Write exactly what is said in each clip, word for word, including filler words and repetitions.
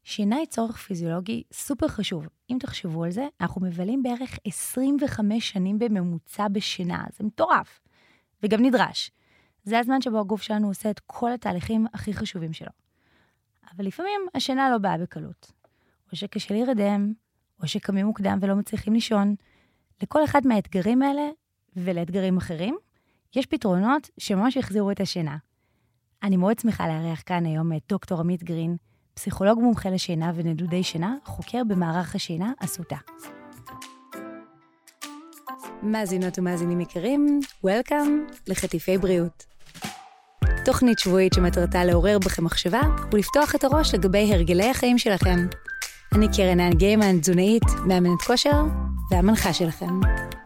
שינה היא צורך פיזיולוגי סופר חשוב. אם תחשבו על זה, אנחנו מבלים בערך עשרים וחמש שנים בממוצע בשינה. זה מטורף. וגם נדרש. זה הזמן שבו הגוף שלנו עושה את כל התהליכים הכי חשובים שלו. אבל לפעמים השינה לא באה בקלות. או שקשה להירדם, או שקמים מוקדם ולא מצליחים לישון. לכל אחד מהאתגרים האלה, ולאתגרים אחרים, יש פתרונות שממש יחזירו את השינה. אני מאוד שמחה לארח כאן היום את דוקטור עמית גרין, פסיכולוג מומחה לשינה ונדודי שינה, חוקר במערך השינה אסותא. מאזינות ומאזינים יקרים, וולקאם לחטיפי בריאות. תוכנית שבועית שמטרתה לעורר בכם מחשבה ולפתוח את הראש לגבי הרגלי החיים שלכם. אני קרן האן גיימן, תזונאית, מאמנת כושר והמנחה שלכם.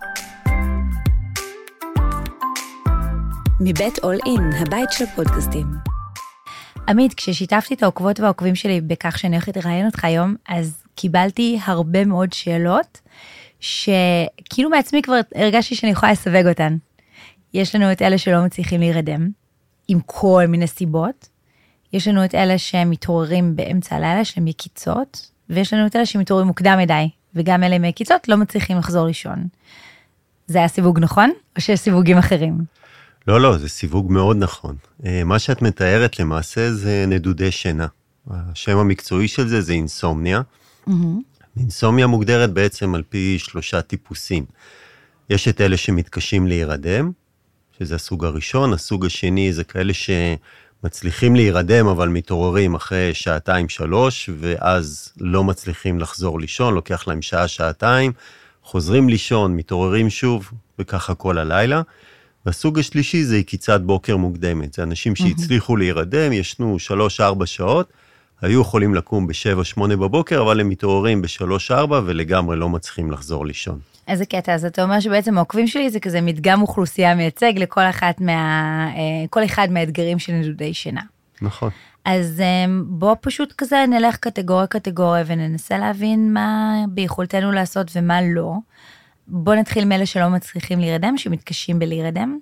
מבית אול אין, הבית של הפודקאסטים. עמית, כששיתפתי את העוקבות והעוקבים שלי בכך שאני הולכת לראיין אותך היום, אז קיבלתי הרבה מאוד שאלות, שכאילו מעצמי כבר הרגשתי שאני יכולה לסווג אותן. יש לנו את אלה שלא מצליחים להירדם, עם כל מיני סיבות. יש לנו את אלה שמתעוררים באמצע הלילה, שהם יקיצות, ויש לנו את אלה שמתעוררים מוקדם מדי, וגם אלה עם יקיצות לא מצליחים לחזור לישון. זה היה סיווג נכון? או שיש סיווגים אחרים? לא, לא, זה סיווג מאוד נכון. מה שאת מתארת למעשה זה נדודי שינה. השם המקצועי של זה זה אינסומניה. Mm-hmm. אינסומניה מוגדרת בעצם על פי שלושה טיפוסים. יש את אלה שמתקשים להירדם, שזה הסוג הראשון. הסוג השני זה כאלה שמצליחים להירדם, אבל מתעוררים אחרי שעתיים שלוש, ואז לא מצליחים לחזור לישון, לוקח להם שעה, שעתיים, חוזרים לישון, מתעוררים שוב, וככה כל הלילה. והסוג השלישי זה יקיצת בוקר מוקדמת. זה אנשים שהצליחו להירדם, ישנו שלוש ארבע שעות, היו יכולים לקום בשבע שמונה בבוקר, אבל הם מתעוררים בשלוש ארבע, ולגמרי לא מצליחים לחזור לישון. איזה קטע, אז אתה אומר שבעצם העוקבים שלי זה כזה מדגם אוכלוסייה מייצג לכל אחת מה, כל אחד מהאתגרים של נדודי שינה. נכון. אז בוא פשוט כזה נלך קטגוריה קטגוריה, וננסה להבין מה ביכולתנו לעשות ומה לא. בוא נתחיל מאלה שלא מצליחים להירדם, שמתקשים בלהירדם.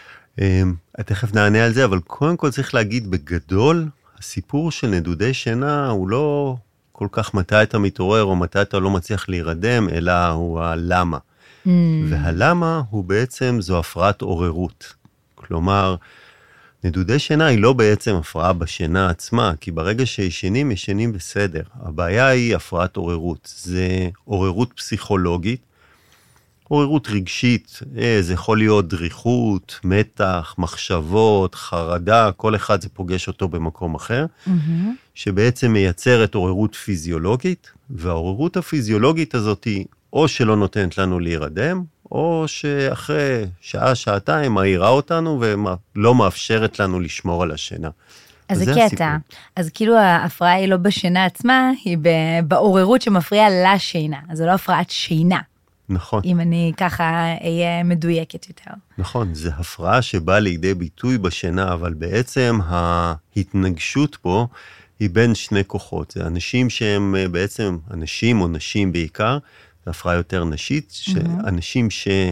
תכף נענה על זה, אבל קודם כל צריך להגיד בגדול, הסיפור של נדודי שינה הוא לא כל כך מתי אתה מתעורר או מתי אתה לא מצליח להירדם, אלא הוא הלמה. Mm. והלמה הוא בעצם זו הפרעת עוררות. כלומר, נדודי שינה היא לא בעצם הפרעה בשינה עצמה, כי ברגע שישנים, ישנים בסדר. הבעיה היא הפרעת עוררות. זה עוררות פסיכולוגית, עוררות רגשית, זה יכול להיות דריכות, מתח, מחשבות, חרדה, כל אחד זה פוגש אותו במקום אחר, mm-hmm. שבעצם מייצרת עוררות פיזיולוגית, והעוררות הפיזיולוגית הזאת היא או שלא נותנת לנו להירדם, או שאחרי שעה, שעתיים, מעירה אותנו ולא מאפשרת לנו לשמור על השינה. אז זה קטע. הסיפור. אז כאילו ההפרעה היא לא בשינה עצמה, היא בעוררות שמפריעה לשינה, אז זה לא הפרעת שינה. נכון. אם אני ככה אהיה מדויקת יותר. נכון, זה הפרעה שבאה לידי ביטוי בשינה, אבל בעצם ההתנגשות פה היא בין שני כוחות. זה אנשים שהם בעצם, אנשים או נשים בעיקר, זה הפרעה יותר נשית, שאנשים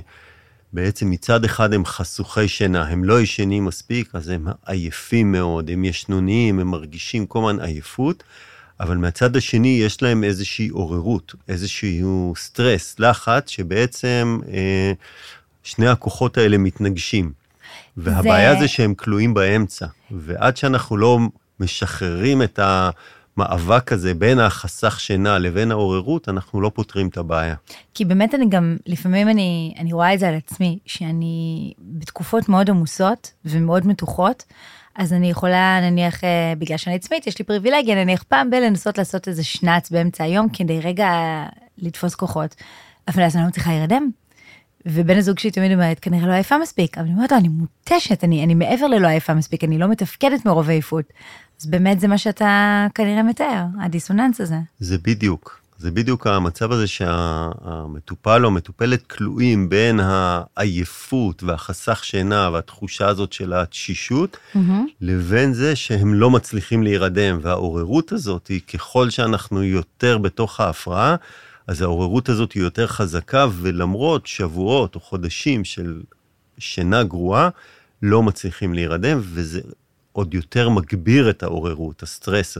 שבעצם מצד אחד הם חסוכי שינה, הם לא ישנים מספיק, אז הם עייפים מאוד, הם ישנוניים, הם מרגישים כל הזמן עייפות, אבל מהצד השני יש להם איזושהי עוררות, איזשהו סטרס, לחץ, שבעצם אה, שני הכוחות האלה מתנגשים. והבעיה זה... זה שהם כלואים באמצע. ועד שאנחנו לא משחררים את המאבק הזה בין החסך שינה לבין העוררות, אנחנו לא פותרים את הבעיה. כי באמת אני גם, לפעמים אני, אני רואה את זה על עצמי, שאני בתקופות מאוד עמוסות ומאוד מתוחות, אז אני יכולה, נניח, בגלל שאני עצמית, יש לי פריבילגיה, נניח פעם בי לנסות לעשות איזה שנץ באמצע היום, כדי רגע לתפוס כוחות. אבל אז אני לא מצליחה להירדם. ובן הזוג שלי תמיד אומרת, כנראה לא עייפה מספיק. אבל אני אומרת, אני מוטשת, אני, אני מעבר ללא עייפה מספיק, אני לא מתפקדת מרוב עייפות. אז באמת זה מה שאתה כנראה מתאר, הדיסוננס הזה. זה בדיוק. זה בדיוק המצב הזה שהמטופל או מטופלת כלואים בין העייפות והחסך שינה והתחושה הזאת של התשישות, mm-hmm. לבין זה שהם לא מצליחים להירדם. והעוררות הזאת היא ככל שאנחנו יותר בתוך ההפרעה, אז העוררות הזאת היא יותר חזקה, ולמרות שבועות או חודשים של שינה גרועה, לא מצליחים להירדם, וזה עוד יותר מגביר את העוררות, הסטרס הזה.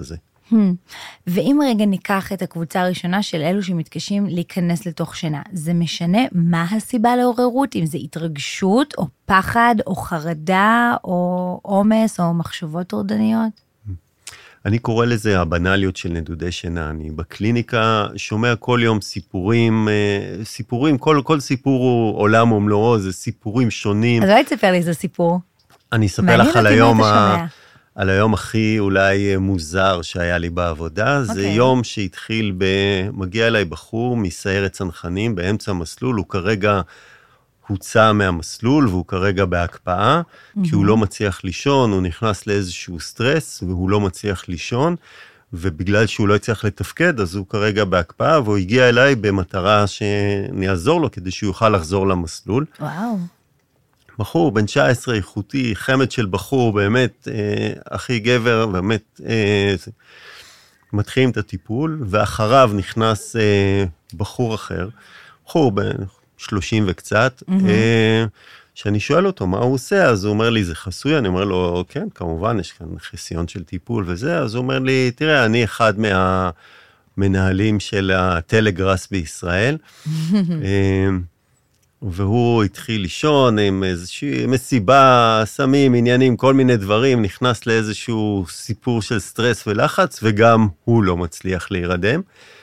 ואם רגע ניקח את הקבוצה הראשונה של אלו שמתקשים להיכנס לתוך שינה, זה משנה מה הסיבה לעוררות, אם זה התרגשות או פחד או חרדה או עומס או מחשבות טורדניות? אני קורא לזה הבנליות של נדודי שינה. אני בקליניקה שומע כל יום סיפורים, סיפורים, כל, כל סיפור הוא עולם ומלואו, זה סיפורים שונים. אז אולי תספר לי איזה סיפור. אני אספר לך על היום, ה... על היום הכי אולי מוזר שהיה לי בעבודה. Okay. זה יום שהתחיל, ב... מגיע אליי בחור מסיירת צנחנים באמצע המסלול, הוא כרגע הוצא מהמסלול, והוא כרגע בהקפאה, mm-hmm. כי הוא לא מצליח לישון, הוא נכנס לאיזשהו סטרס, והוא לא מצליח לישון, ובגלל שהוא לא יצליח לתפקד, אז הוא כרגע בהקפאה, והוא הגיע אליי במטרה שאני אעזור לו, כדי שהוא יוכל לחזור למסלול. וואו. בחור, בן תשע עשרה, איכותי, חמד של בחור, באמת, אה, הכי גבר, באמת, אה, מתחילים את הטיפול, ואחריו נכנס אה, בחור אחר, בחור בן שלושים וקצת, mm-hmm. אה, שאני שואל אותו, מה הוא עושה? אז הוא אומר לי, זה חסוי? אני אומר לו, כן, כמובן, יש כאן חיסיון של טיפול וזה, אז הוא אומר לי, תראה, אני אחד מהמנהלים של הטלגראס בישראל, אה, והוא התחיל לישון עם איזושהי מסיבה, סמים, עניינים, כל מיני דברים, נכנס לאיזשהו סיפור של סטרס ולחץ, וגם הוא לא מצליח להירדם.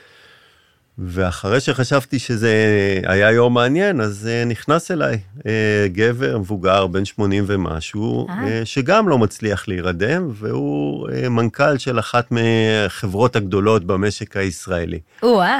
ואחרי שחשבתי שזה היה יום מעניין, אז נכנס אליי גבר מבוגר, בן שמונים ומשהו, שגם לא מצליח להירדם, והוא מנכ"ל של אחת מהחברות הגדולות במשק הישראלי. וואה.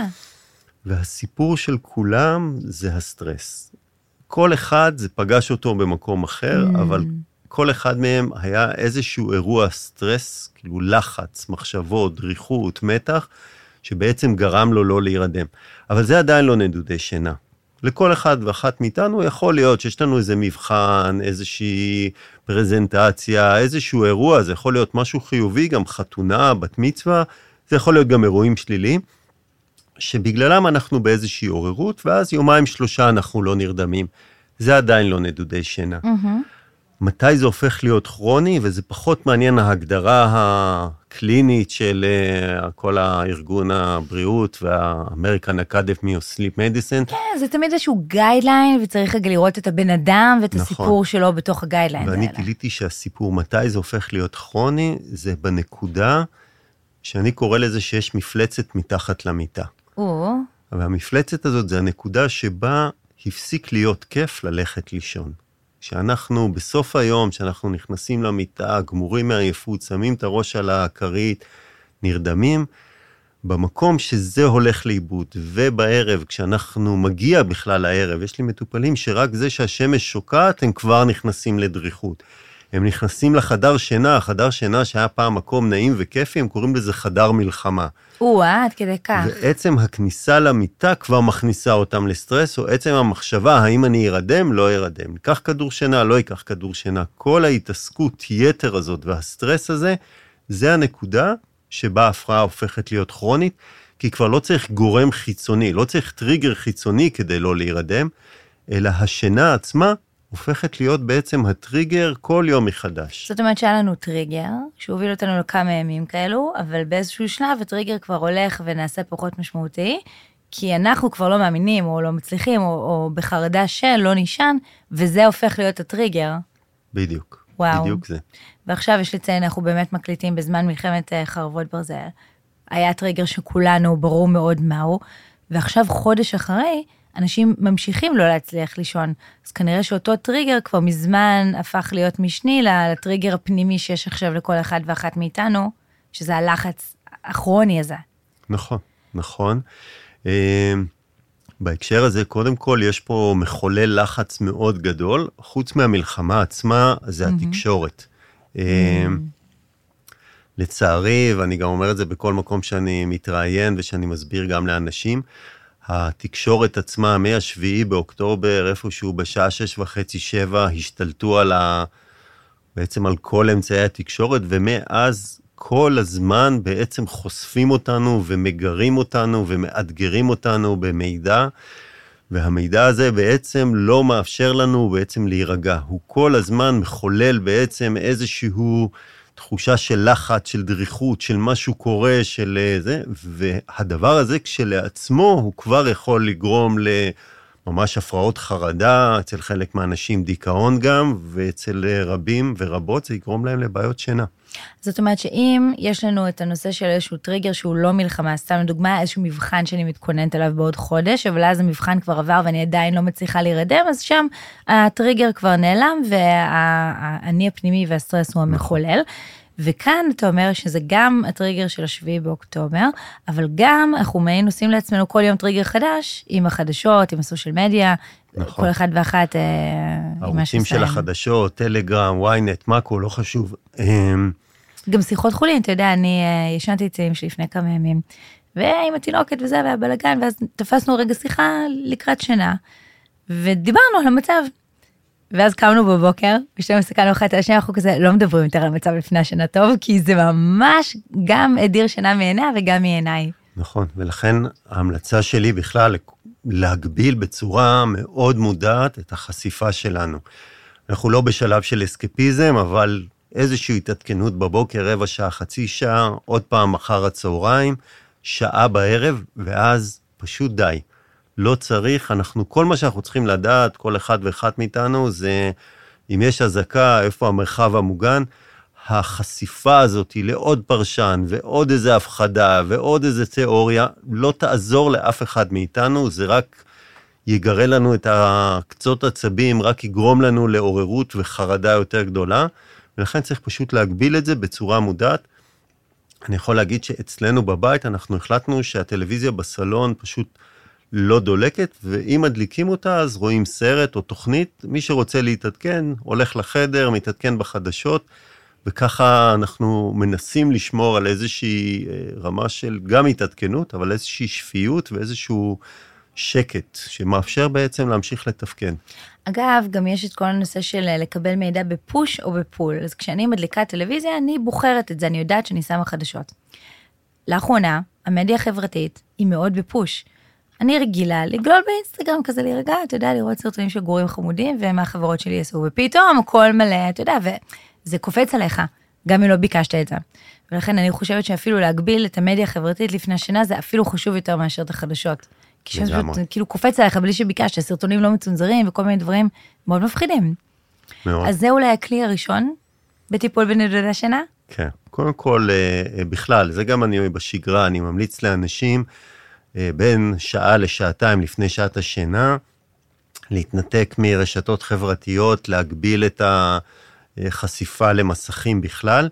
והסיפור של כולם זה הסטרס. כל אחד זה פגש אותו במקום אחר, mm. אבל כל אחד מהם היה איזשהו אירוע סטרס, כאילו לחץ, מחשבות, דריכות, מתח, שבעצם גרם לו לא להירדם. אבל זה עדיין לא נדודי שינה. לכל אחד ואחת מאיתנו יכול להיות שיש לנו איזה מבחן, איזושהי פרזנטציה, איזשהו אירוע, זה יכול להיות משהו חיובי, גם חתונה, בת מצווה, זה יכול להיות גם אירועים שליליים, שבגללם אנחנו באיזושהי עוררות, ואז יומיים שלושה אנחנו לא נרדמים. זה עדיין לא נדודי שינה. Mm-hmm. מתי זה הופך להיות כרוני, וזה פחות מעניין ההגדרה הקלינית של uh, כל הארגון הבריאות, וה-American Academy of Sleep Medicine. כן, זה תמיד איזשהו גיידליין, וצריך רגע לראות את הבן אדם, ואת נכון. הסיפור שלו בתוך הגיידליין. ואני גיליתי שהסיפור, מתי זה הופך להיות כרוני, זה בנקודה שאני קורא לזה שיש מפלצת מתחת למיטה. או. והמפלצת הזאת זה הנקודה שבה הפסיק להיות כיף ללכת לישון. שאנחנו בסוף היום, שאנחנו נכנסים למיטה, גמורים מעייפות, שמים את הראש על הכרית, נרדמים, במקום שזה הולך לאיבוד, ובערב, כשאנחנו מגיע בכלל לערב, יש לי מטופלים שרק זה שהשמש שוקעת, הם כבר נכנסים לדריכות. הם נכנסים לחדר שינה, חדר שינה שהיה פעם מקום נעים וכיפי, הם קוראים לזה חדר מלחמה. או-אה, עד כדי כך. ועצם הכניסה למיטה כבר מכניסה אותם לסטרס, או עצם המחשבה, האם אני ירדם, לא ירדם. ניקח כדור שינה, לא ייקח כדור שינה. כל ההתעסקות יתר הזאת והסטרס הזה, זה הנקודה שבה ההפרעה הופכת להיות כרונית, כי כבר לא צריך גורם חיצוני, לא צריך טריגר חיצוני כדי לא להירדם, אלא השינה עצמה, הופכת להיות בעצם הטריגר כל יום מחדש. זאת אומרת שהיה לנו טריגר, שהוביל אותנו לכמה ימים כאלו, אבל באיזשהו שלב הטריגר כבר הולך ונעשה פחות משמעותי, כי אנחנו כבר לא מאמינים או לא מצליחים, או, או בחרדה של לא נשען, וזה הופך להיות הטריגר. בדיוק, וואו. בדיוק זה. ועכשיו יש לציין, אנחנו באמת מקליטים בזמן מלחמת חרבות ברזל. היה טריגר שכולנו ברור מאוד מהו, ועכשיו חודש אחרי, אנשים ממשיכים לא להצליח לישון, אז כנראה שאותו טריגר כבר מזמן הפך להיות משני לטריגר הפנימי שיש עכשיו לכל אחד ואחת מאיתנו, שזה הלחץ הכרוני הזה. נכון, נכון. בהקשר הזה, קודם כל, יש פה מחולל לחץ מאוד גדול, חוץ מהמלחמה עצמה, זה התקשורת. לצערי, ואני גם אומר את זה בכל מקום שאני מתראיין, ושאני מסביר גם לאנשים, התקשורת עצמה, מהשביעי באוקטובר, איפשהו בשעה שש וחצי, שבע, השתלטו על ה... בעצם על כל אמצעי התקשורת, ומאז כל הזמן בעצם חושפים אותנו, ומגרים אותנו, ומאתגרים אותנו במידע, והמידע הזה בעצם לא מאפשר לנו בעצם להירגע. הוא כל הזמן מחולל בעצם איזשהו תחושה של לחץ, של דריכות, של משהו קורה, של זה, והדבר הזה כשלעצמו הוא כבר יכול לגרום לממש הפרעות חרדה, אצל חלק מהאנשים דיכאון גם, ואצל רבים ורבות זה יגרום להם לבעיות שינה. זאת אומרת שאם יש לנו את הנושא של איזשהו טריגר שהוא לא מלחמה, סתם לדוגמה איזשהו מבחן שאני מתכוננת עליו בעוד חודש, אבל אז המבחן כבר עבר ואני עדיין לא מצליחה להירדם, אז שם הטריגר כבר נעלם והאני הפנימי והסטרס הוא המחולל. וכאן אתה אומר שזה גם הטריגר של השביעי באוקטובר, אבל גם אנחנו מעין עושים לעצמנו כל יום טריגר חדש, עם החדשות, עם הסושיאל מדיה, נכון. כל אחד ואחת הערוצים של החדשות, טלגרם, וויינט, מקו, לא חשוב. גם שיחות חולין, אתה יודע, אני ישנתי את זה לפני כמה ימים, ועם התינוקת וזה, והבלגן, ואז תפסנו רגע שיחה לקראת שינה, ודיברנו על המצב. ואז קמנו בבוקר, ושתיים הסתכלנו אחת על השנייה, אנחנו כזה לא מדברים יותר על המצב לפני השינה טוב, כי זה ממש גם אדיר שינה מעיניה וגם מעיניי. נכון, ולכן ההמלצה שלי בכלל להגביל בצורה מאוד מודעת את החשיפה שלנו. אנחנו לא בשלב של אסקפיזם, אבל איזושהי התעדכנות בבוקר, רבע שעה, חצי שעה, עוד פעם אחר הצהריים, שעה בערב, ואז פשוט די. לא צריך, אנחנו, כל מה שאנחנו צריכים לדעת, כל אחד ואחת מאיתנו, זה אם יש הזקה, איפה המרחב המוגן, החשיפה הזאת היא לעוד פרשן, ועוד איזה הפחדה, ועוד איזה תיאוריה, לא תעזור לאף אחד מאיתנו, זה רק יגרה לנו את הקצות עצבים, רק יגרום לנו לעוררות וחרדה יותר גדולה, ולכן צריך פשוט להגביל את זה בצורה מודעת. אני יכול להגיד שאצלנו בבית, אנחנו החלטנו שהטלוויזיה בסלון פשוט לא דולקת, ואם מדליקים אותה, אז רואים סרט או תוכנית, מי שרוצה להתעדכן, הולך לחדר, מתעדכן בחדשות, וככה אנחנו מנסים לשמור על איזושהי רמה של גם התעדכנות, אבל איזושהי שפיות ואיזשהו שקט, שמאפשר בעצם להמשיך לתפקן. אגב, גם יש את כל הנושא של לקבל מידע בפוש או בפול, אז כשאני מדליקה טלוויזיה, אני בוחרת את זה, אני יודעת שאני שמה חדשות. לאחרונה, המדיה החברתית היא מאוד בפוש. אני רגילה לגלול באינסטגרם כזה להירגע, אתה יודע, לראות סרטונים של גורים חמודים, ומה החברות שלי יעשו, ופתאום הכל מלא, אתה יודע, וזה קופץ עליך, גם אם לא ביקשת את זה. ולכן אני חושבת שאפילו להגביל את המדיה החברתית לפני השינה, זה אפילו חשוב יותר מאשר את החדשות. כי שם זה כאילו קופץ עליך בלי שביקשת, סרטונים לא מצונזרים, וכל מיני דברים מאוד מפחידים. מאוד. אז זה אולי הכלי הראשון, בטיפול בנדודי השינה? כן, קודם כל, בכלל, זה גם אני בשגרה, אני ממליץ לאנשים, בין שעה לשעתיים לפני שעת השינה, להתנתק מרשתות חברתיות, להגביל את החשיפה למסכים בכלל.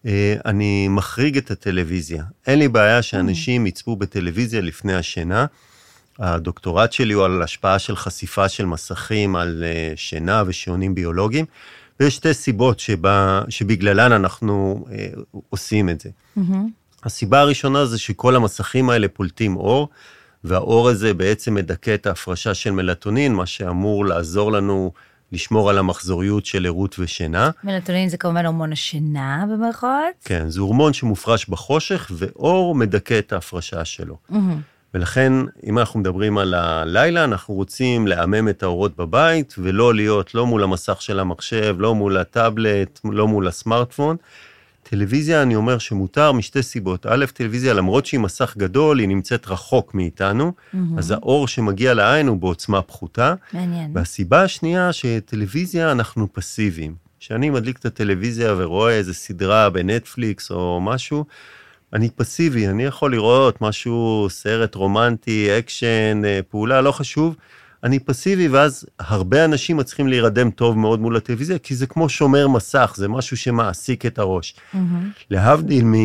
אני מחריג את הטלוויזיה. אין לי בעיה שאנשים יצפו בטלוויזיה לפני השינה. הדוקטורט שלי הוא על השפעה של חשיפה של מסכים על שינה ושעונים ביולוגיים, ויש שתי סיבות שבה, שבגללן אנחנו עושים את זה. הסיבה הראשונה זה שכל המסכים האלה פולטים אור, והאור הזה בעצם מדכא את ההפרשה של מלטונין, מה שאמור לעזור לנו לשמור על המחזוריות של ערות ושינה. מלטונין זה כמובן הורמון השינה במרכאות? כן, זה הורמון שמופרש בחושך, ואור מדכא את ההפרשה שלו. Mm-hmm. ולכן, אם אנחנו מדברים על הלילה, אנחנו רוצים לאמם את האורות בבית, ולא להיות לא מול המסך של המחשב, לא מול הטאבלט, לא מול הסמארטפון. טלוויזיה, אני אומר שמותר משתי סיבות. א', טלוויזיה, למרות שהיא מסך גדול, היא נמצאת רחוק מאיתנו, mm-hmm. אז האור שמגיע לעין הוא בעוצמה פחותה. מעניין. והסיבה השנייה, שטלוויזיה אנחנו פסיביים. כשאני מדליק את הטלוויזיה ורואה איזו סדרה בנטפליקס או משהו, אני פסיבי, אני יכול לראות משהו, סרט רומנטי, אקשן, פעולה, לא חשוב, אני פסיבי, ואז הרבה אנשים מצליחים להירדם טוב מאוד מול הטלוויזיה, כי זה כמו שומר מסך, זה משהו שמעסיק את הראש. Mm-hmm. להבדיל מ...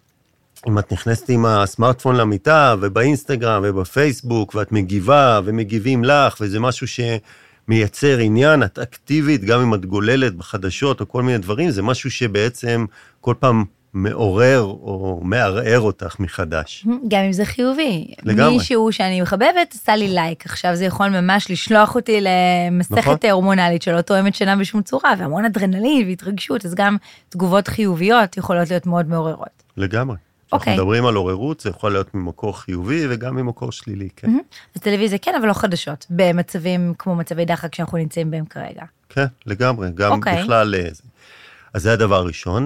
אם את נכנסת עם הסמארטפון למיטה, ובאינסטגרם ובפייסבוק, ואת מגיבה ומגיבים לך, וזה משהו שמייצר עניין, את אקטיבית, גם אם את גוללת בחדשות או כל מיני דברים, זה משהו שבעצם כל פעם מעורר או מערער אותך מחדש. גם אם זה חיובי. לגמרי. מישהו שאני מחבבת, עשה לי לייק. עכשיו זה יכול ממש לשלוח אותי למסכת נכון. הורמונלית שלא תואמת שינה בשום צורה, והמון אדרנלין והתרגשות, אז גם תגובות חיוביות יכולות להיות מאוד מעוררות. לגמרי. אנחנו okay. מדברים על עוררות, זה יכול להיות ממקור חיובי וגם ממקור שלילי, כן. Mm-hmm. אז טלוויזיה כן, אבל לא חדשות, במצבים כמו מצבי דחק שאנחנו נמצאים בהם כרגע. כן, לגמרי, גם okay. בכלל זה. אז זה הדבר הראשון.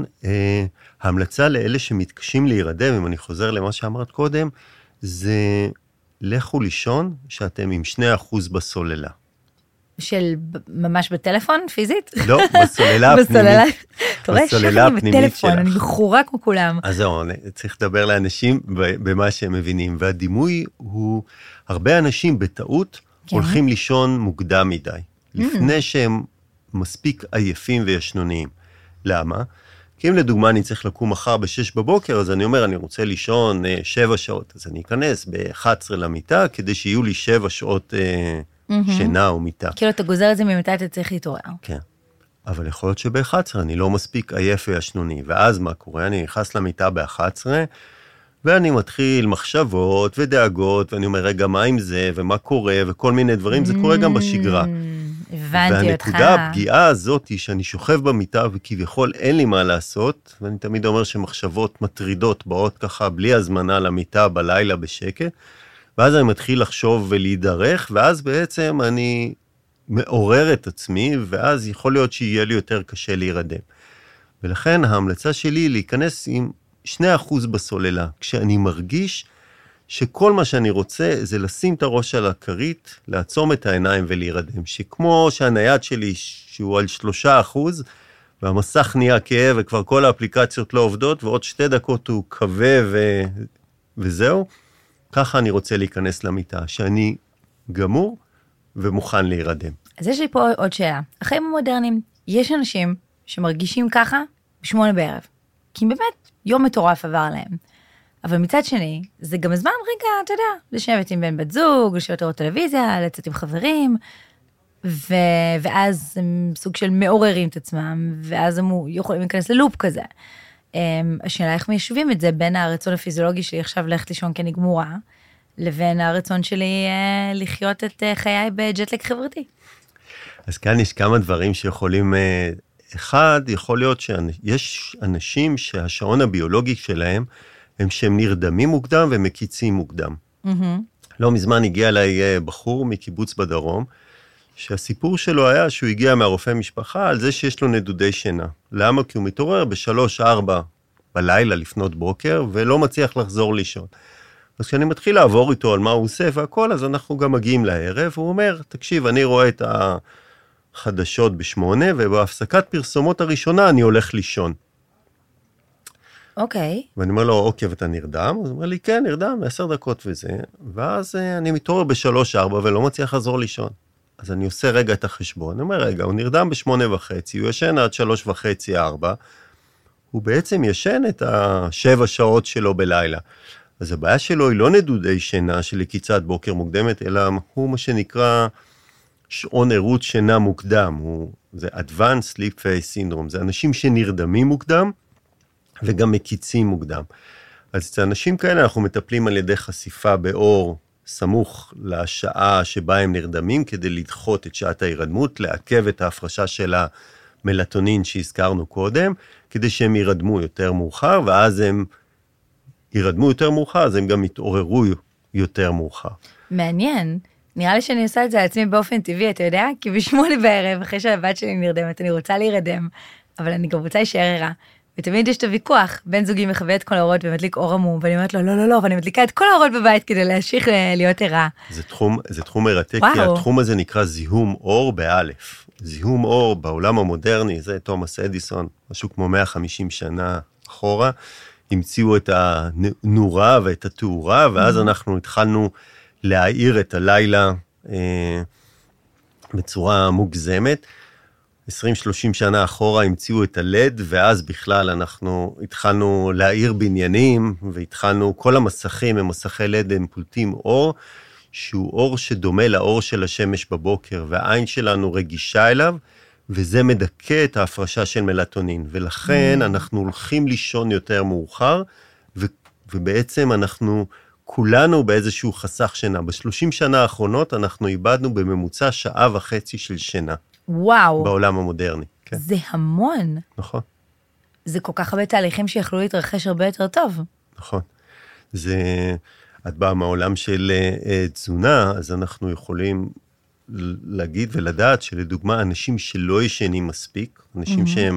ההמלצה לאלה שמתקשים להירדם, אם אני חוזר למה שאמרת קודם, זה לכו לישון שאתם עם שני אחוז בסוללה. של ממש בטלפון, פיזית? לא, בסוללה הפנימית. אתה רואה שאני בטלפון, אני בחורה כמו כולם. אז זהו, צריך לדבר לאנשים במה שהם מבינים. והדימוי הוא, הרבה אנשים בטעות הולכים לישון מוקדם מדי, לפני שהם מספיק עייפים וישנוניים. למה? כי אם לדוגמה אני צריך לקום מחר בשש בבוקר, אז אני אומר, אני רוצה לישון שבע שעות, אז אני אכנס ב-אחת עשרה למיטה, כדי שיהיו לי שבע שעות שינה או מיטה. כאילו אתה גוזר את זה ממיטה, אתה צריך להתעורר. כן. אבל יכול להיות שב-אחת עשרה אני לא מספיק עייף וישנוני, ואז מה קורה? אני נכנס למיטה ב-אחת עשרה, ואני מתחיל מחשבות ודאגות, ואני אומר, רגע, מה עם זה, ומה קורה, וכל מיני דברים, זה קורה גם בשגרה. הבנתי אותך. והנקודה, הפגיעה הזאת היא שאני שוכב במיטה, וכביכול אין לי מה לעשות, ואני תמיד אומר שמחשבות מטרידות באות ככה, בלי הזמנה למיטה בלילה בשקט, ואז אני מתחיל לחשוב ולהידרך, ואז בעצם אני מעורר את עצמי, ואז יכול להיות שיהיה לי יותר קשה להירדם. ולכן ההמלצה שלי היא להיכנס עם שני אחוז בסוללה, כשאני מרגיש שכל מה שאני רוצה זה לשים את הראש על הכרית, לעצום את העיניים ולהירדם. שכמו שהנייד שלי שהוא על שלושה אחוז, והמסך נהיה כאב וכבר כל האפליקציות לא עובדות, ועוד שתי דקות הוא קווה ו... וזהו, ככה אני רוצה להיכנס למיטה, שאני גמור ומוכן להירדם. אז יש לי פה עוד שאלה. החיים המודרניים, יש אנשים שמרגישים ככה בשמונה בערב. כי באמת יום מטורף עבר עליהם. אבל מצד שני, זה גם הזמן רגע, אתה יודע, לשבת עם בן בת זוג, לשבת לראות טלוויזיה, לצאת עם חברים, ו... ואז הם סוג של מעוררים את עצמם, ואז הם יכולים להיכנס ללופ כזה. השאלה איך מיישבים את זה בין הרצון הפיזיולוגי שלי עכשיו ללכת לישון כי אני גמורה, לבין הרצון שלי לחיות את חיי בג'טלג חברתי. אז כאן יש כמה דברים שיכולים, אחד, יכול להיות שיש אנשים שהשעון הביולוגי שלהם, הם שהם נרדמים מוקדם ומקיצים מוקדם. Mm-hmm. לא מזמן הגיע אליי בחור מקיבוץ בדרום, שהסיפור שלו היה שהוא הגיע מהרופא משפחה על זה שיש לו נדודי שינה. למה? כי הוא מתעורר בשלוש, ארבע בלילה לפנות בוקר, ולא מצליח לחזור לישון. אז כשאני מתחיל לעבור איתו על מה הוא עושה והכל, אז אנחנו גם מגיעים לערב, והוא אומר, תקשיב, אני רואה את החדשות בשמונה, ובהפסקת פרסומות הראשונה אני הולך לישון. אוקיי. Okay. ואני אומר לו, אוקיי, ואתה נרדם? אז הוא אומר לי, כן, נרדם, בעשר דקות וזה. ואז אני מתעורר בשלוש, ארבע, ולא מצליח לחזור לישון. אז אני עושה רגע את החשבון, אני אומר, רגע, הוא נרדם בשמונה וחצי, הוא ישן עד שלוש וחצי, ארבע, הוא בעצם ישן את השבע שעות שלו בלילה. אז הבעיה שלו היא לא נדודי שינה של לקיצת בוקר מוקדמת, אלא הוא מה שנקרא שעון ערות שינה מוקדם, הוא, זה Advanced Sleep Phase Syndrome, זה אנשים שנרדמים מוקדם, וגם מקיצים מוקדם. אז את האנשים כאלה אנחנו מטפלים על ידי חשיפה באור, סמוך לשעה שבה הם נרדמים, כדי לדחות את שעת ההירדמות, לעכב את ההפרשה של המלטונין שהזכרנו קודם, כדי שהם ירדמו יותר מאוחר, ואז הם ירדמו יותר מאוחר, אז הם גם יתעוררו יותר מאוחר. מעניין. נראה לי שאני עושה את זה על עצמי באופן טבעי, אתה יודע? כי בשמונה בערב, אחרי שהבת שלי נרדמת, אני רוצה להירדם, אבל אני גם רוצה להישאר ערה. ותמיד יש את הוויכוח, בן זוגי מכבה את כל האורות ומדליק אור עמום, ואני אומרת לו, לא, לא, לא, ואני מדליקה את כל האורות בבית כדי להמשיך להיות ערה. זה תחום, זה תחום מרתק, כי התחום הזה נקרא זיהום אור באלף. זיהום אור בעולם המודרני, זה תומאס אדיסון, משהו כמו מאה וחמישים שנה אחורה, המציאו את הנורה ואת התאורה, ואז אנחנו התחלנו להאיר את הלילה אה, בצורה מוגזמת. עשרים שלושים שנה אחורה המציאו את הלד, ואז בכלל אנחנו התחלנו להאיר בניינים, והתחלנו, כל המסכים הם מסכי לד, הם פולטים אור, שהוא אור שדומה לאור של השמש בבוקר, והעין שלנו רגישה אליו, וזה מדכא את ההפרשה של מלטונין, ולכן אנחנו הולכים לישון יותר מאוחר, ו- ובעצם אנחנו כולנו באיזשהו חסך שינה. בשלושים שנה האחרונות אנחנו איבדנו בממוצע שעה וחצי של שינה. וואו. בעולם המודרני. כן. זה המון. נכון. זה כל כך הרבה תהליכים שיכלו להתרחש הרבה יותר טוב. נכון. זה, את באה מהעולם של uh, תזונה, אז אנחנו יכולים להגיד ולדעת שלדוגמה, אנשים שלא ישנים מספיק, אנשים mm-hmm. שהם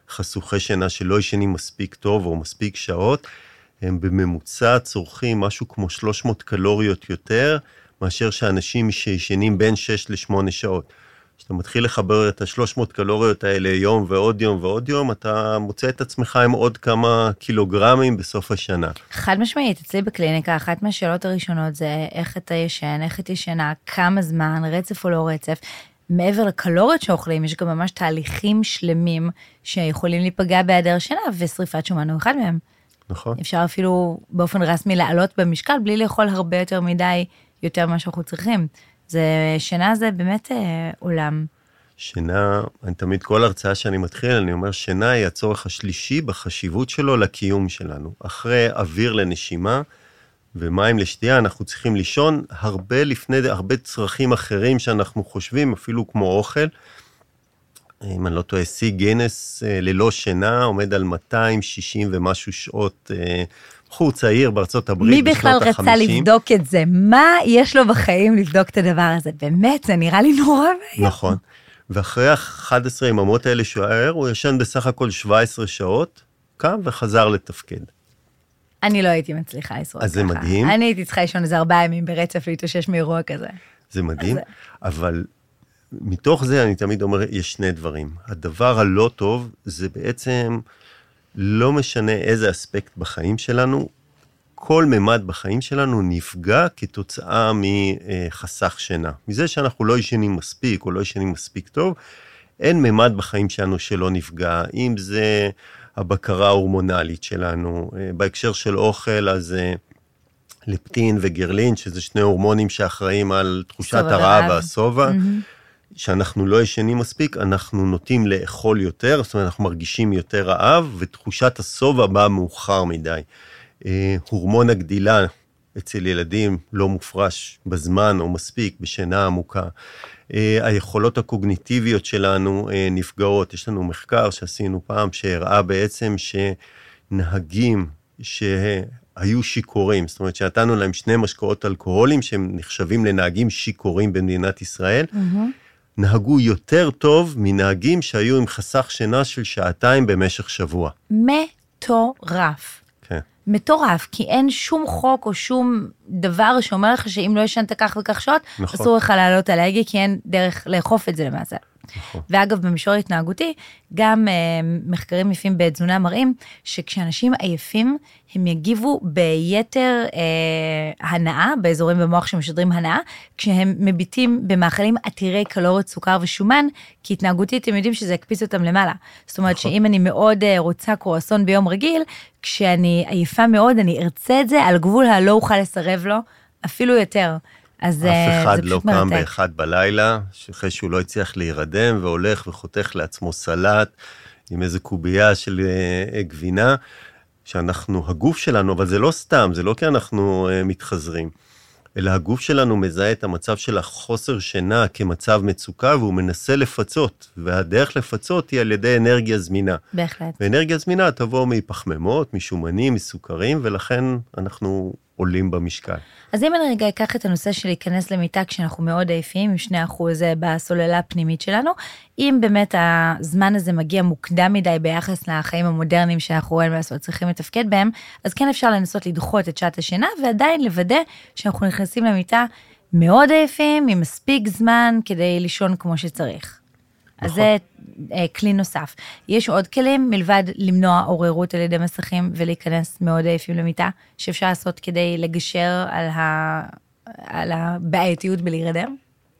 חסוכי שינה שלא ישנים מספיק טוב או מספיק שעות, הם בממוצע צורכים משהו כמו שלוש מאות קלוריות יותר, מאשר שאנשים שישנים בין שש לשמונה שעות. כשאתה מתחיל לחבר את ה-שלוש מאות קלוריות האלה יום ועוד יום ועוד יום, אתה מוצא את עצמך עם עוד כמה קילוגרמים בסוף השנה. חד משמעית, אצלי בקליניקה, אחת מהשאלות הראשונות זה איך אתה ישן, איך אתה ישנה, כמה זמן, רצף או לא רצף. מעבר לקלוריות שאוכלים, יש גם ממש תהליכים שלמים שיכולים להיפגע בהיעדר שינה, ושריפת שומן הוא אחד מהם. נכון. אפשר אפילו באופן רסמי לעלות במשקל, בלי לאכול הרבה יותר מדי, יותר ממה שאנחנו צריכים. זה, שינה זה באמת אה, עולם. שינה, אני תמיד, כל הרצאה שאני מתחיל, אני אומר, שינה היא הצורך השלישי בחשיבות שלו לקיום שלנו. אחרי אוויר לנשימה ומים לשתייה, אנחנו צריכים לישון הרבה לפני, הרבה צרכים אחרים שאנחנו חושבים, אפילו כמו אוכל. אם אני לא טועה, סי גינס ללא שינה, עומד על מאתיים ושישים ומשהו שעות, בחור צעיר בארצות הברית בשנות ה-חמישים. מי בכלל רצה לבדוק את זה? מה יש לו בחיים לבדוק את הדבר הזה? באמת, זה נראה לי נורא בעיה. נכון. ואחרי ה-אחת עשרה יממות האלה שהוא היה, הוא ישן בסך הכל שבע עשרה שעות, קם וחזר לתפקד. אני לא הייתי מצליחה לשרוד ככה. אז זה מדהים. אני הייתי צריכה לישון איזה ארבעה ימים ברצף להתאושש מאירוע כזה. זה מדהים, אבל מתוך זה אני תמיד אומר, יש שני דברים. הדבר הלא טוב זה בעצם לא משנה איזה אספקט בחיים שלנו, כל ממד בחיים שלנו נפגע כתוצאה מחסך שינה. מזה שאנחנו לא ישנים מספיק או לא ישנים מספיק טוב, אין ממד בחיים שלנו שלא נפגע. אם זה הבקרה ההורמונלית שלנו, בהקשר של אוכל, אז לפטין וגרלין, שזה שני הורמונים שאחראים על תחושת הרעב והסובה, mm-hmm. שאנחנו לא ישנים מספיק, אנחנו נוטים לאכול יותר, זאת אומרת, אנחנו מרגישים יותר רעב, ותחושת הסובה באה מאוחר מדי. הורמון הגדילה אצל ילדים לא מופרש בזמן או מספיק, בשינה עמוקה. היכולות הקוגניטיביות שלנו נפגעות. יש לנו מחקר שעשינו פעם שהראה בעצם שנהגים שהיו שיקורים, זאת אומרת שנתנו להם שני משקאות אלכוהולים שהם נחשבים לנהגים שיקורים במדינת ישראל, mm-hmm. נהגו יותר טוב מנהגים שהיו עם חסך שינה של שעתיים במשך שבוע. מטורף. כן. מטורף, כי אין שום חוק או שום דבר שאומר לך שאם לא ישנת כך וכך שעות, נכון. אסור לך לעלות על ההגה, כי אין דרך לאכוף את זה למעשה. נכון. ואגב, במישור התנהגותי, גם אה, מחקרים יפים בתזונה מראים, שכשאנשים עייפים, הם יגיבו ביתר אה, הנאה, באזורים במוח שמשדרים הנאה, כשהם מביטים במאכלים עתירי קלוריות, סוכר ושומן, כי התנהגותית הם יודעים שזה יקפיץ אותם למעלה. זאת אומרת נכון. שאם אני מאוד אה, רוצה קרואסון ביום רגיל, כשאני עייפה מאוד, אני ארצה את זה, על גבול הלא אוכל לסרב לו, אפילו יותר. אז אף אחד לא קם באחד בלילה, שאחרי שהוא לא הצליח להירדם, והולך וחותך לעצמו סלט, עם איזו קובייה של גבינה, שאנחנו, הגוף שלנו, אבל זה לא סתם, זה לא כי אנחנו מתחזרים, אלא הגוף שלנו מזהה את המצב של החוסר שינה כמצב מצוקה, והוא מנסה לפצות, והדרך לפצות היא על ידי אנרגיה זמינה. בהחלט. ואנרגיה זמינה תבוא מפחמימות, משומנים, מסוכרים, ולכן אנחנו עולים במשקל. אז אם אני רגע אקח את הנושא של להיכנס למיטה כשאנחנו מאוד עייפים, עם שני אחוז בסוללה הפנימית שלנו, אם באמת הזמן הזה מגיע מוקדם מדי ביחס לחיים המודרניים שאנחנו רואים לעשות, צריכים לתפקד בהם, אז כן אפשר לנסות לדחות את שעת השינה, ועדיין לוודא שאנחנו נכנסים למיטה מאוד עייפים, עם מספיק זמן כדי לישון כמו שצריך. אז זה כלי נוסף. יש עוד כלים מלבד למנוע עוררות על ידי מסכים ולהיכנס מאוד עייפים למיטה, שאפשר לעשות כדי לגשר על, ה... על הבעייתיות בלהירדם?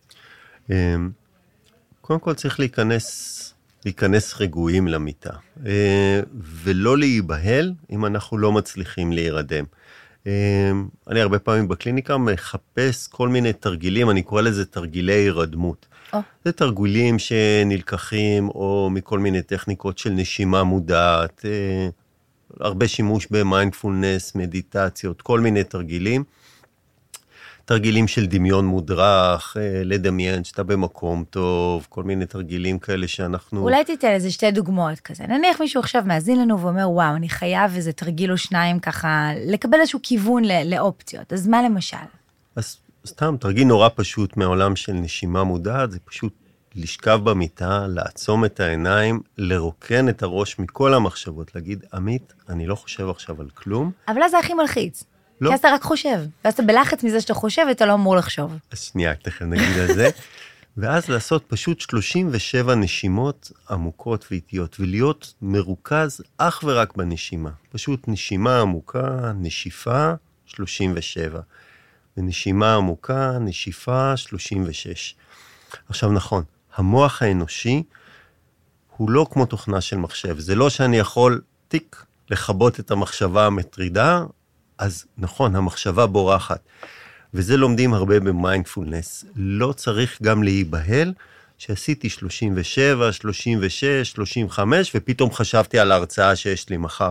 קודם כל צריך להיכנס, להיכנס רגועים למיטה, ולא להיבהל אם אנחנו לא מצליחים להירדם. אני הרבה פעמים בקליניקה מחפש כל מיני תרגילים, אני קורא לזה תרגילי הירדמות. Oh. זה תרגולים שנלקחים או מכל מיני טכניקות של נשימה מודעת, אה, הרבה שימוש במיינדפולנס, מדיטציות, כל מיני תרגילים. תרגילים של דמיון מודרך, אה, לדמיין שאתה במקום טוב, כל מיני תרגילים כאלה שאנחנו... אולי תיתן איזה שתי דוגמאות כזה. נניח מישהו עכשיו מאזין לנו ואומר, וואו, אני חייב איזה תרגיל או שניים ככה, לקבל איזשהו כיוון לאופציות. אז מה למשל? אז... סתם, תרגיל נורא פשוט מהעולם של נשימה מודעת, זה פשוט לשכב במיטה, לעצום את העיניים, לרוקן את הראש מכל המחשבות, להגיד, עמית, אני לא חושב עכשיו על כלום. אבל אז זה הכי מלחיץ. לא. כי אז אתה רק חושב, ואז אתה בלחץ מזה שאתה חושב, ואתה לא אמור לחשוב. אז שנייה, תכף נגיד על זה. ואז לעשות פשוט שלושים ושבע נשימות עמוקות ואיטיות, ולהיות מרוכז אך ורק בנשימה. פשוט נשימה עמוקה, נשיפה, שלושים ושבע. ונשימה עמוקה, נשיפה, שלושים ושש. עכשיו נכון, המוח האנושי הוא לא כמו תוכנה של מחשב. זה לא שאני יכול טיק לחבות את המחשבה המטרידה, אז נכון, המחשבה בורחת. וזה לומדים הרבה במיינדפולנס. לא צריך גם להיבהל שעשיתי שלושים ושבע, שלושים ושש, שלושים וחמש, ופתאום חשבתי על ההרצאה שיש לי מחר.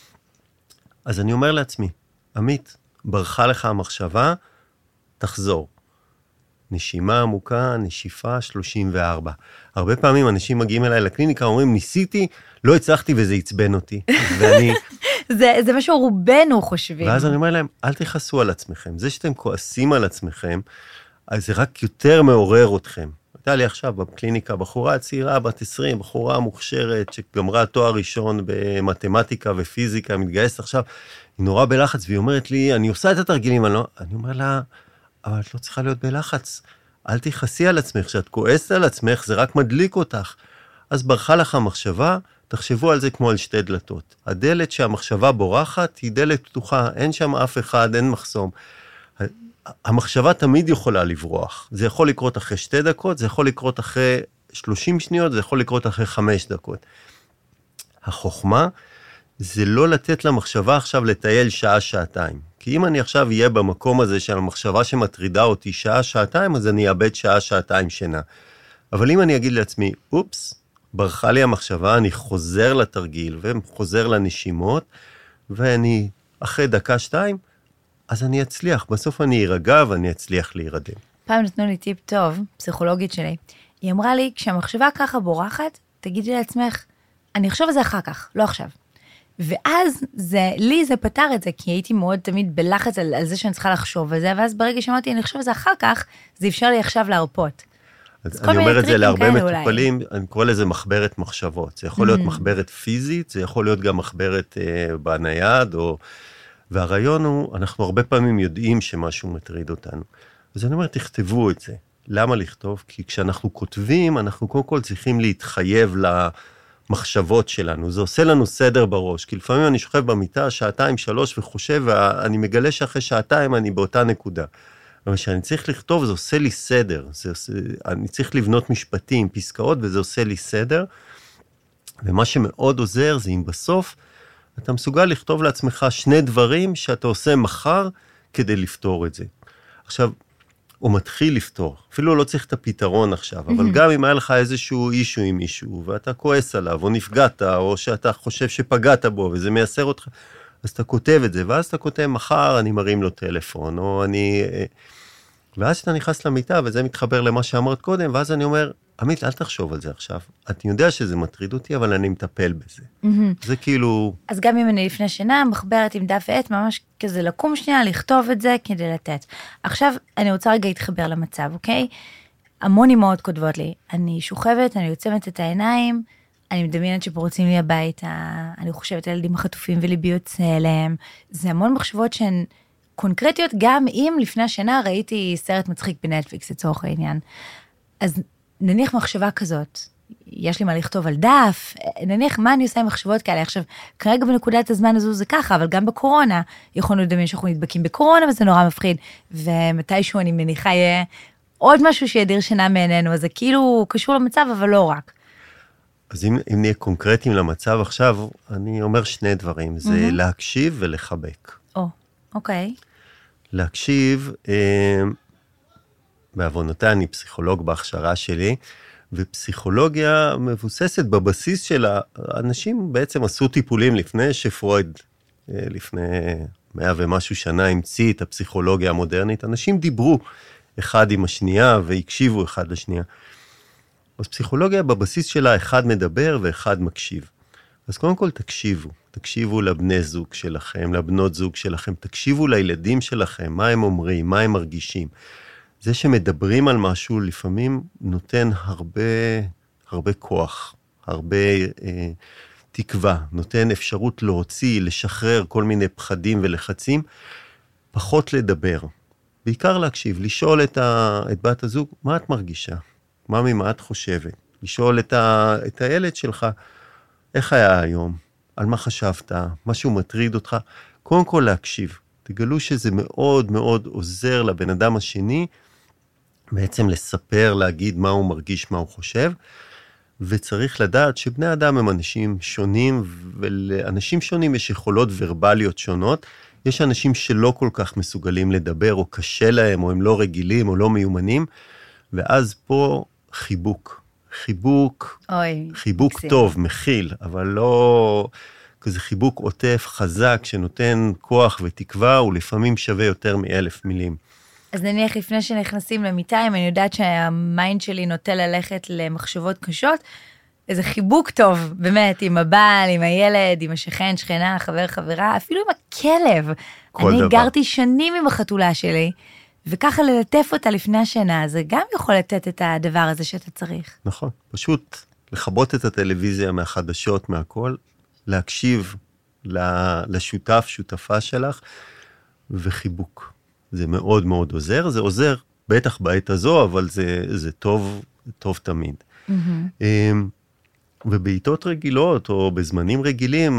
אז אני אומר לעצמי, עמית, ברחה לך המחשבה, תחזור. נשימה עמוקה, נשיפה, שלושים וארבע. הרבה פעמים אנשים מגיעים אליי לקליניקה, אומרים, ניסיתי, לא הצלחתי וזה יצבן אותי. ואני... זה, זה משהו רובנו חושבים. ואז אני אומר להם, אל תכעסו על עצמכם. זה שאתם כועסים על עצמכם, אז זה רק יותר מעורר אתכם. הייתה לי עכשיו בקליניקה בחורה צעירה, בת עשרים, בחורה מוכשרת, שגמרה תואר ראשון במתמטיקה ופיזיקה, מתגייסת עכשיו, היא נורא בלחץ, והיא אומרת לי, אני עושה את התרגילים, אני, לא... אני אומר לה, אבל את לא צריכה להיות בלחץ. אל תכעסי על עצמך, כשאת כועסת על עצמך, זה רק מדליק אותך. אז ברחה לך המחשבה, תחשבו על זה כמו על שתי דלתות. הדלת שהמחשבה בורחת היא דלת פתוחה, אין שם אף אחד, אין מחסום. המחשבה תמיד יכולה לברוח. זה יכול לקרות אחרי שתי דקות, זה יכול לקרות אחרי שלושים שניות, זה יכול לקרות אחרי חמש דקות. החוכמה זה לא לתת למחשבה עכשיו לטייל שעה, שעתיים. כי אם אני עכשיו אהיה במקום הזה של המחשבה שמטרידה אותי שעה, שעתיים, אז אני אאבד שעה, שעתיים שינה. אבל אם אני אגיד לעצמי, אופס, ברחה לי המחשבה, אני חוזר לתרגיל וחוזר לנשימות, ואני אחרי דקה, שתיים, אז אני אצליח. בסוף אני ארגע ואני אצליח להירדם. פעם נתנו לי טיפ טוב, פסיכולוגית שלי. היא אמרה לי, כשהמחשבה ככה בורחת, תגידי לעצמך, אני אחשוב על זה אחר כך, לא עכשיו. ואז זה, לי זה פתר את זה, כי הייתי מאוד תמיד בלחץ על, על זה שאני צריכה לחשוב על זה, ואז ברגע שאמרתי, אני אחשוב על זה אחר כך, זה אפשר לי עכשיו להרפות. אני אומר את זה להרבה מטופלים, אני קורא לזה מחברת מחשבות. זה יכול להיות מחברת פיזית, זה יכול להיות גם מחברת בנייד, והרעיון הוא, אנחנו הרבה פעמים יודעים שמשהו מטריד אותנו. אז אני אומר, תכתבו את זה. למה לכתוב? כי כשאנחנו כותבים, אנחנו קודם כל צריכים להתחייב למחשבות שלנו. זה עושה לנו סדר בראש, כי לפעמים אני שוכב במיטה שעתיים, שלוש וחושב, ואני מגלה שאחרי שעתיים אני באותה נקודה. אבל שאני צריך לכתוב, זה עושה לי סדר. זה עושה, אני צריך לבנות משפטים, פסקאות, וזה עושה לי סדר. ומה שמאוד עוזר זה אם בסוף אתה מסוגל לכתוב לעצמך שני דברים שאתה עושה מחר כדי לפתור את זה. עכשיו, הוא מתחיל לפתור. אפילו לא צריך את הפתרון עכשיו, אבל גם אם היה לך איזשהו אישו עם מישהו, ואתה כועס עליו, או נפגעת, או שאתה חושב שפגעת בו, וזה מייסר אותך, אז אתה כותב את זה, ואז אתה כותב, מחר אני מרים לו טלפון, או אני... ואז אתה נכנס למיטה, וזה מתחבר למה שאמרת קודם, ואז אני אומר, עמית, אל תחשוב על זה עכשיו. את יודע שזה מטריד אותי, אבל אני מטפל בזה. זה כאילו... אז גם אם אני לפני שינה, מחברת עם דף ועט, ממש כזה לקום שנייה, לכתוב את זה כדי לתת. עכשיו, אני רוצה רגע להתחבר למצב, אוקיי? המון אמהות כותבות לי, אני שוכבת, אני יוצמת את העיניים, אני מדמיינת שפורצים לי הביתה, אני חושבת על ילדים החטופים וליבי יוצא אליהם. זה המון מחשבות שהן קונקרטיות, גם אם לפני השנה ראיתי סרט מצחיק בנטפליקס, לצורך העניין. אז נניח מחשבה כזאת, יש לי מה לכתוב על דף, נניח מה אני עושה עם מחשבות כאלה. עכשיו, כרגע בנקודת הזמן הזו זה ככה, אבל גם בקורונה, יכולנו לדמיין שאנחנו נדבקים בקורונה, וזה נורא מפחיד, ומתישהו אני מניחה יהיה עוד משהו שידיר שינה מעינינו, אז זה כאילו קשור למצב, אבל לא רק. אז אם, אם נהיה קונקרטיים למצב עכשיו, אני אומר שני דברים, זה mm-hmm. להקשיב ולחבק. או, אוקיי. להקשיב, אה, בעוונותיי אני פסיכולוג בהכשרה שלי, ופסיכולוגיה מבוססת בבסיס שלה, אנשים בעצם עשו טיפולים לפני שפרויד, אה, לפני מאה ומשהו שנה, המציא את הפסיכולוגיה המודרנית, אנשים דיברו אחד עם השנייה, והקשיבו אחד לשנייה. אז פסיכולוגיה בבסיס שלה, אחד מדבר ואחד מקשיב. אז קודם כל תקשיבו, תקשיבו לבני זוג שלכם, לבנות זוג שלכם, תקשיבו לילדים שלכם, מה הם אומרים, מה הם מרגישים. זה שמדברים על משהו לפעמים נותן הרבה, הרבה כוח, הרבה אה, תקווה, נותן אפשרות להוציא, לשחרר כל מיני פחדים ולחצים, פחות לדבר. בעיקר להקשיב, לשאול את, ה, את בת הזוג, מה את מרגישה? מה ממה את חושבת? לשאול את, ה, את הילד שלך, איך היה היום? על מה חשבת? משהו מטריד אותך? קודם כל להקשיב. תגלו שזה מאוד מאוד עוזר לבן אדם השני, בעצם לספר, להגיד מה הוא מרגיש, מה הוא חושב, וצריך לדעת שבני אדם הם אנשים שונים, ולאנשים שונים יש יכולות ורבליות שונות, יש אנשים שלא כל כך מסוגלים לדבר, או קשה להם, או הם לא רגילים, או לא מיומנים, ואז פה חיבוק. חיבוק, אוי, חיבוק מקסים. טוב, מכיל, אבל לא כזה חיבוק עוטף, חזק, שנותן כוח ותקווה, הוא לפעמים שווה יותר מאלף מילים. אז נניח לפני שנכנסים למיטה, אם אני יודעת שהמיינד שלי נוטה ללכת למחשבות קשות, איזה חיבוק טוב, באמת, עם הבעל, עם הילד, עם השכן, שכנה, חבר, חברה, אפילו עם הכלב. אני דבר. גרתי שנים עם החתולה שלי, וככה ללטף אותה לפני השינה, זה גם יכול לתת את הדבר הזה שאתה צריך. נכון, פשוט לחבות את הטלוויזיה מהחדשות, מהכל, להקשיב לשותף, שותפה שלך, וחיבוק. זה מאוד מאוד עוזר, זה עוזר בטח בעת הזו, אבל זה, זה טוב, טוב תמיד. Mm-hmm. ובעיתות רגילות, או בזמנים רגילים,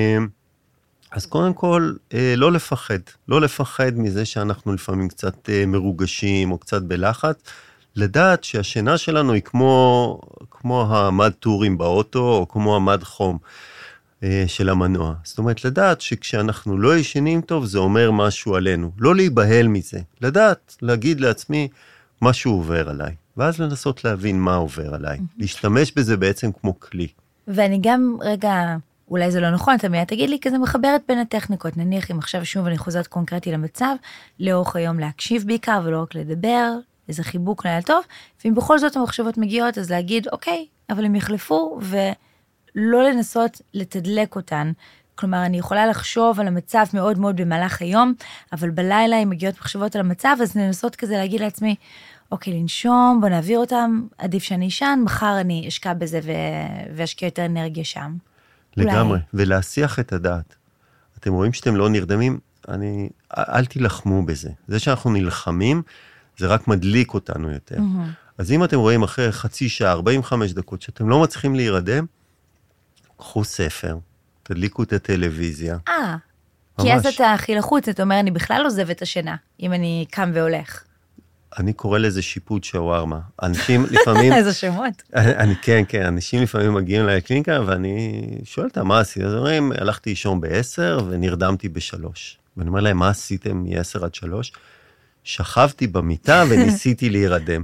אז קודם כל, לא לפחד. לא לפחד מזה שאנחנו לפעמים קצת מרוגשים, או קצת בלחץ, לדעת שהשינה שלנו היא כמו, כמו המד טורים באוטו, או כמו המד חום של המנוע. זאת אומרת, לדעת שכשאנחנו לא ישנים טוב, זה אומר משהו עלינו. לא להיבהל מזה. לדעת, להגיד לעצמי, משהו עובר עליי. ואז לנסות להבין מה עובר עליי. להשתמש בזה בעצם כמו כלי. ואני גם, רגע, אולי זה לא נכון, אתה מיד תגיד לי, כי זה מחברת בין הטכניקות. נניח אם עכשיו שוב אני חוזרת קונקרטי למצב, לאורך היום להקשיב בעיקר, ולא רק לדבר, איזה חיבוק לילה טוב, ואם בכל זאת המחשבות מגיעות, אז להגיד, אוקיי, אבל הם יחלפו, ולא לנסות לתדלק אותן. כלומר, אני יכולה לחשוב על המצב מאוד מאוד במהלך היום, אבל בלילה אם מגיעות מחשבות על המצב, אז ננסות כזה להגיד לעצמי, אוקיי, לנשום, בוא נעביר אותם, עדיף שאני אשן, מחר אני אשקע בזה ו- ואשקיע יותר אנרגיה שם. לגמרי, אולי. ולהסיח את הדעת. אתם רואים שאתם לא נרדמים, אני, אל תילחמו בזה. זה שאנחנו נלחמים, זה רק מדליק אותנו יותר. Mm-hmm. אז אם אתם רואים אחרי חצי שעה, ארבעים וחמש דקות, שאתם לא מצליחים להירדם, קחו ספר, תדליקו את הטלוויזיה. אה, כי אז אתה הכי לחוץ, אתה אומר, אני בכלל עוזב את השינה, אם אני קם והולך. אני קורא לזה שיפוט שווארמה. אנשים לפעמים... איזה שמות. אני, כן, כן, אנשים לפעמים מגיעים לקליניקה, ואני שואל אותם, מה עשית? אז אומרים, הלכתי לישון בעשר, ונרדמתי בשלוש. ואני אומר להם, מה עשיתם מ-עשר עד שלוש? שכבתי במיטה, וניסיתי להירדם.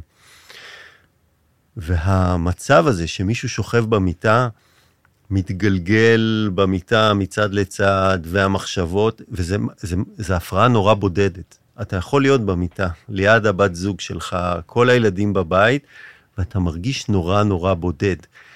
והמצב הזה, שמישהו שוכב במיטה, מתגלגל במיטה מצד לצד, והמחשבות, וזה זה, זה הפרעה נורא בודדת. אתה יכול להיות במיטה, ליד הבת זוג שלך, כל הילדים בבית, ואתה מרגיש נורא נורא בודד.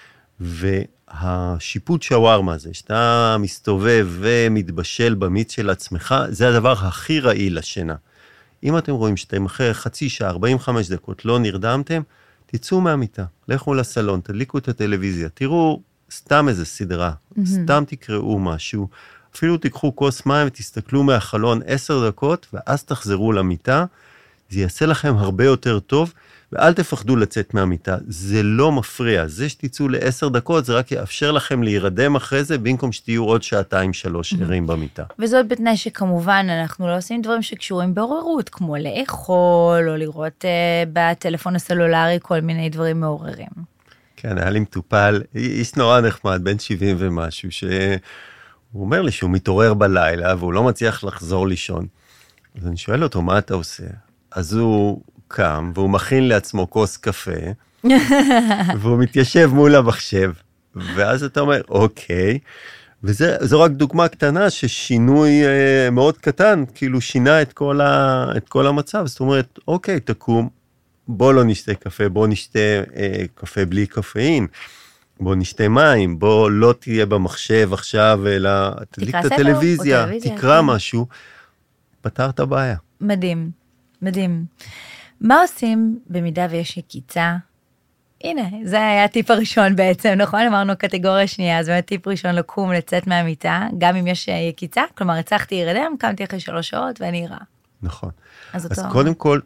והשיפוט שווארמה הזה, שאתה מסתובב ומתבשל במיץ של עצמך, זה הדבר הכי רעיל לשינה. אם אתם רואים שאתם אחרי חצי שעה, ארבעים וחמש דקות, לא נרדמתם, תצאו מהמיטה, לכו לסלון, תדליקו את הטלוויזיה, תראו סתם איזה סדרה, mm-hmm. סתם תקראו משהו, אפילו תיקחו כוס מים ותסתכלו מהחלון עשר דקות, ואז תחזרו למיטה, זה יעשה לכם הרבה יותר טוב, ואל תפחדו לצאת מהמיטה, זה לא מפריע, זה שתצאו לעשר דקות, זה רק יאפשר לכם להירדם אחרי זה, במקום שתהיו עוד שעתיים שלוש ערים במיטה. וזאת בתנאי שכמובן אנחנו לא עושים דברים שקשורים בעוררות, כמו לאכול, או לראות uh, בטלפון הסלולרי כל מיני דברים מעוררים. כן, היה לי מטופל, איש נורא נחמד, בן שבעים ומשהו, שהוא אומר לי שהוא מתעורר בלילה, והוא לא מצליח לחזור לישון. אז אני שואל אותו, מה אתה עושה? אז הוא קם, והוא מכין לעצמו כוס קפה, והוא מתיישב מול המחשב, ואז אתה אומר, אוקיי, וזו רק דוגמה קטנה, ששינוי אה, מאוד קטן, כאילו שינה את כל, ה, את כל המצב, זאת אומרת, אוקיי, תקום, בוא לא נשתה קפה, בוא נשתה אה, קפה בלי קפאין, בוא נשתה מים, בוא לא תהיה במחשב עכשיו, אלא תדליק את הטלוויזיה, תקרא משהו, פתרת בעיה. מדהים, מדהים. מה עושים במידה ויש יקיצה? הנה, זה היה הטיפ הראשון בעצם, נכון? אמרנו קטגוריה שנייה, אז באמת טיפ ראשון לקום, לצאת מהמיטה, גם אם יש יקיצה, כלומר, הצלחתי להירדם, קמתי אחרי שלוש שעות ואני רע. נכון. אז, אז אותו... קודם כל,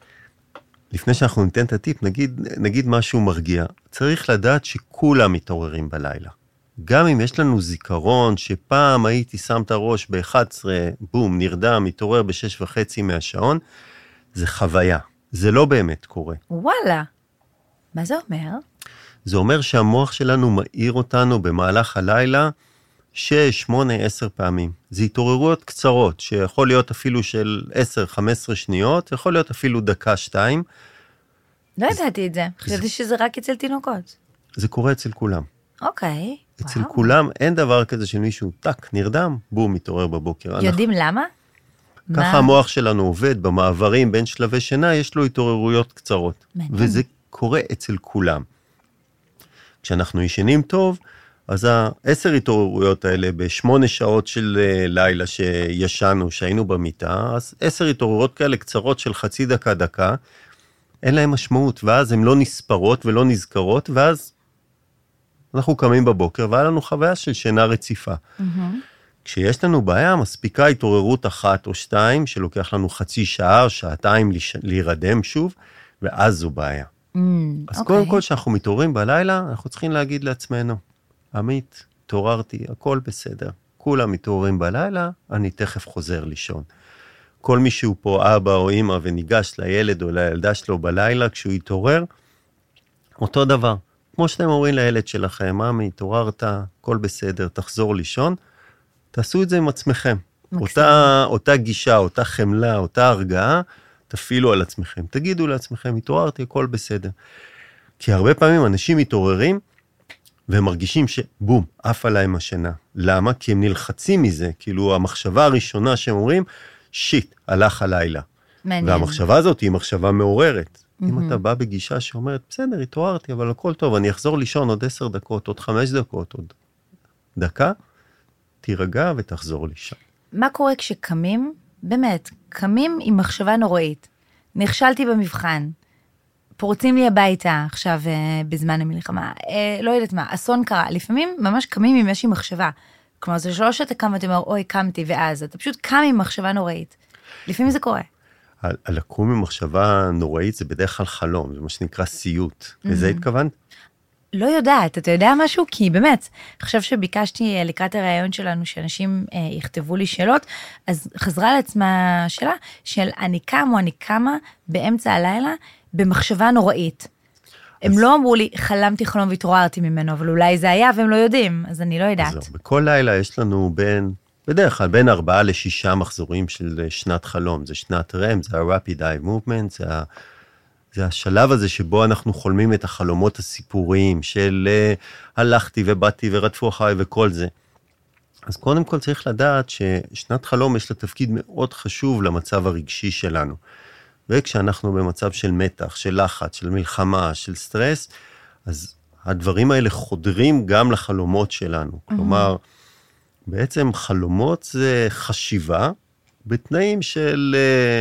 לפני שאנחנו ניתן את הטיפ, נגיד, נגיד משהו מרגיע. צריך לדעת שכולם מתעוררים בלילה. גם אם יש לנו זיכרון שפעם הייתי שם את הראש ב-אחת עשרה, בום, נרדם, מתעורר ב-שש וחצי מהשעון, זה חוויה. זה לא באמת קורה. וואלה. מה זה אומר? זה אומר שהמוח שלנו מאיר אותנו במהלך הלילה שש, שמונה, עשר פעמים. זה התעוררויות קצרות, שיכול להיות אפילו של עשר, חמש עשרה שניות, יכול להיות אפילו דקה, שתיים. לא ידעתי את זה. חשבתי שזה רק אצל תינוקות. זה קורה אצל כולם. אוקיי. אצל כולם אין דבר כזה של מישהו, טק, נרדם, בום, מתעורר בבוקר. יודעים למה? ככה המוח שלנו עובד, במעברים בין שלבי שינה, יש לו התעוררויות קצרות. וזה קורה אצל כולם. כשאנחנו ישנים טוב, אז העשר התעוררויות האלה, בשמונה שעות של לילה שישנו, שהיינו במיטה, אז עשר התעוררויות כאלה קצרות של חצי דקה, דקה, אין להם משמעות, ואז הן לא נספרות ולא נזכרות, ואז אנחנו קמים בבוקר, והיה לנו חוויה של שינה רציפה. Mm-hmm. כשיש לנו בעיה, מספיקה התעוררות אחת או שתיים, שלוקח לנו חצי שעה, שעתיים להירדם שוב, ואז זו בעיה. Mm, אז okay. קודם כל, שאנחנו מתעוררים בלילה, אנחנו צריכים להגיד לעצמנו, עמית, תעוררתי, הכל בסדר. כולם מתעוררים בלילה, אני תכף חוזר לישון. כל מי שהוא פה אבא או אמא וניגש לילד או לילדה שלו בלילה, כשהוא יתעורר, אותו דבר. כמו שאתם אומרים לילד שלכם, עמי, התעוררת, הכל בסדר, תחזור לישון, תעשו את זה עם עצמכם. אותה, אותה גישה, אותה חמלה, אותה הרגעה, תפעילו על עצמכם. תגידו לעצמכם, התעוררתי, הכל בסדר. כי הרבה פעמים אנשים מתעוררים, והם מרגישים שבום, עף עליהם השינה. למה? כי הם נלחצים מזה. כאילו, המחשבה הראשונה שהם אומרים, שיט, הלך הלילה. מעניין. והמחשבה הזאת היא מחשבה מעוררת. Mm-hmm. אם אתה בא בגישה שאומרת, בסדר, התעוררתי, אבל הכל טוב, אני אחזור לישון עוד עשר דקות, עוד חמש דקות, עוד דקה, תירגע ותחזור לישון. מה קורה כשקמים? באמת, קמים עם מחשבה נוראית. נכשלתי במבחן. פורצים לי הביתה עכשיו אה, בזמן המלחמה. אה, לא יודעת מה, אסון קרה. לפעמים ממש קמים עם איזושהי מחשבה. כלומר, זה שלא שאתה קם ואתה אומר, אוי, קמתי, ואז אתה פשוט קם עם מחשבה נוראית. לפעמים זה קורה. לקום עם מחשבה נוראית זה בדרך כלל חלום, זה מה שנקרא סיוט. לזה התכוונת? לא יודעת, אתה יודע משהו? כי באמת, עכשיו שביקשתי לקראת הרעיון שלנו, שאנשים אה, יכתבו לי שאלות, אז חזרה לעצמה שאלה, של אני קם או אני קמה באמצע הלילה, במחשבה נוראית. הם לא אמרו לי, חלמתי חלום והתעוררתי ממנו, אבל אולי זה היה והם לא יודעים, אז אני לא יודעת. בכל לילה יש לנו בין, בדרך כלל, בין ארבעה לשישה מחזורים של שנת חלום. זה שנת רם, זה ה-Rapid Eye Movement, זה, ה, זה השלב הזה שבו אנחנו חולמים את החלומות הסיפוריים, של uh, הלכתי ובאתי ורדפו אחריי וכל זה. אז קודם כל צריך לדעת ששנת חלום יש לה תפקיד מאוד חשוב למצב הרגשי שלנו. וכשאנחנו במצב של מתח, של לחץ, של מלחמה, של סטרס, אז הדברים האלה חודרים גם לחלומות שלנו. Mm-hmm. כלומר, בעצם חלומות זה חשיבה, בתנאים של,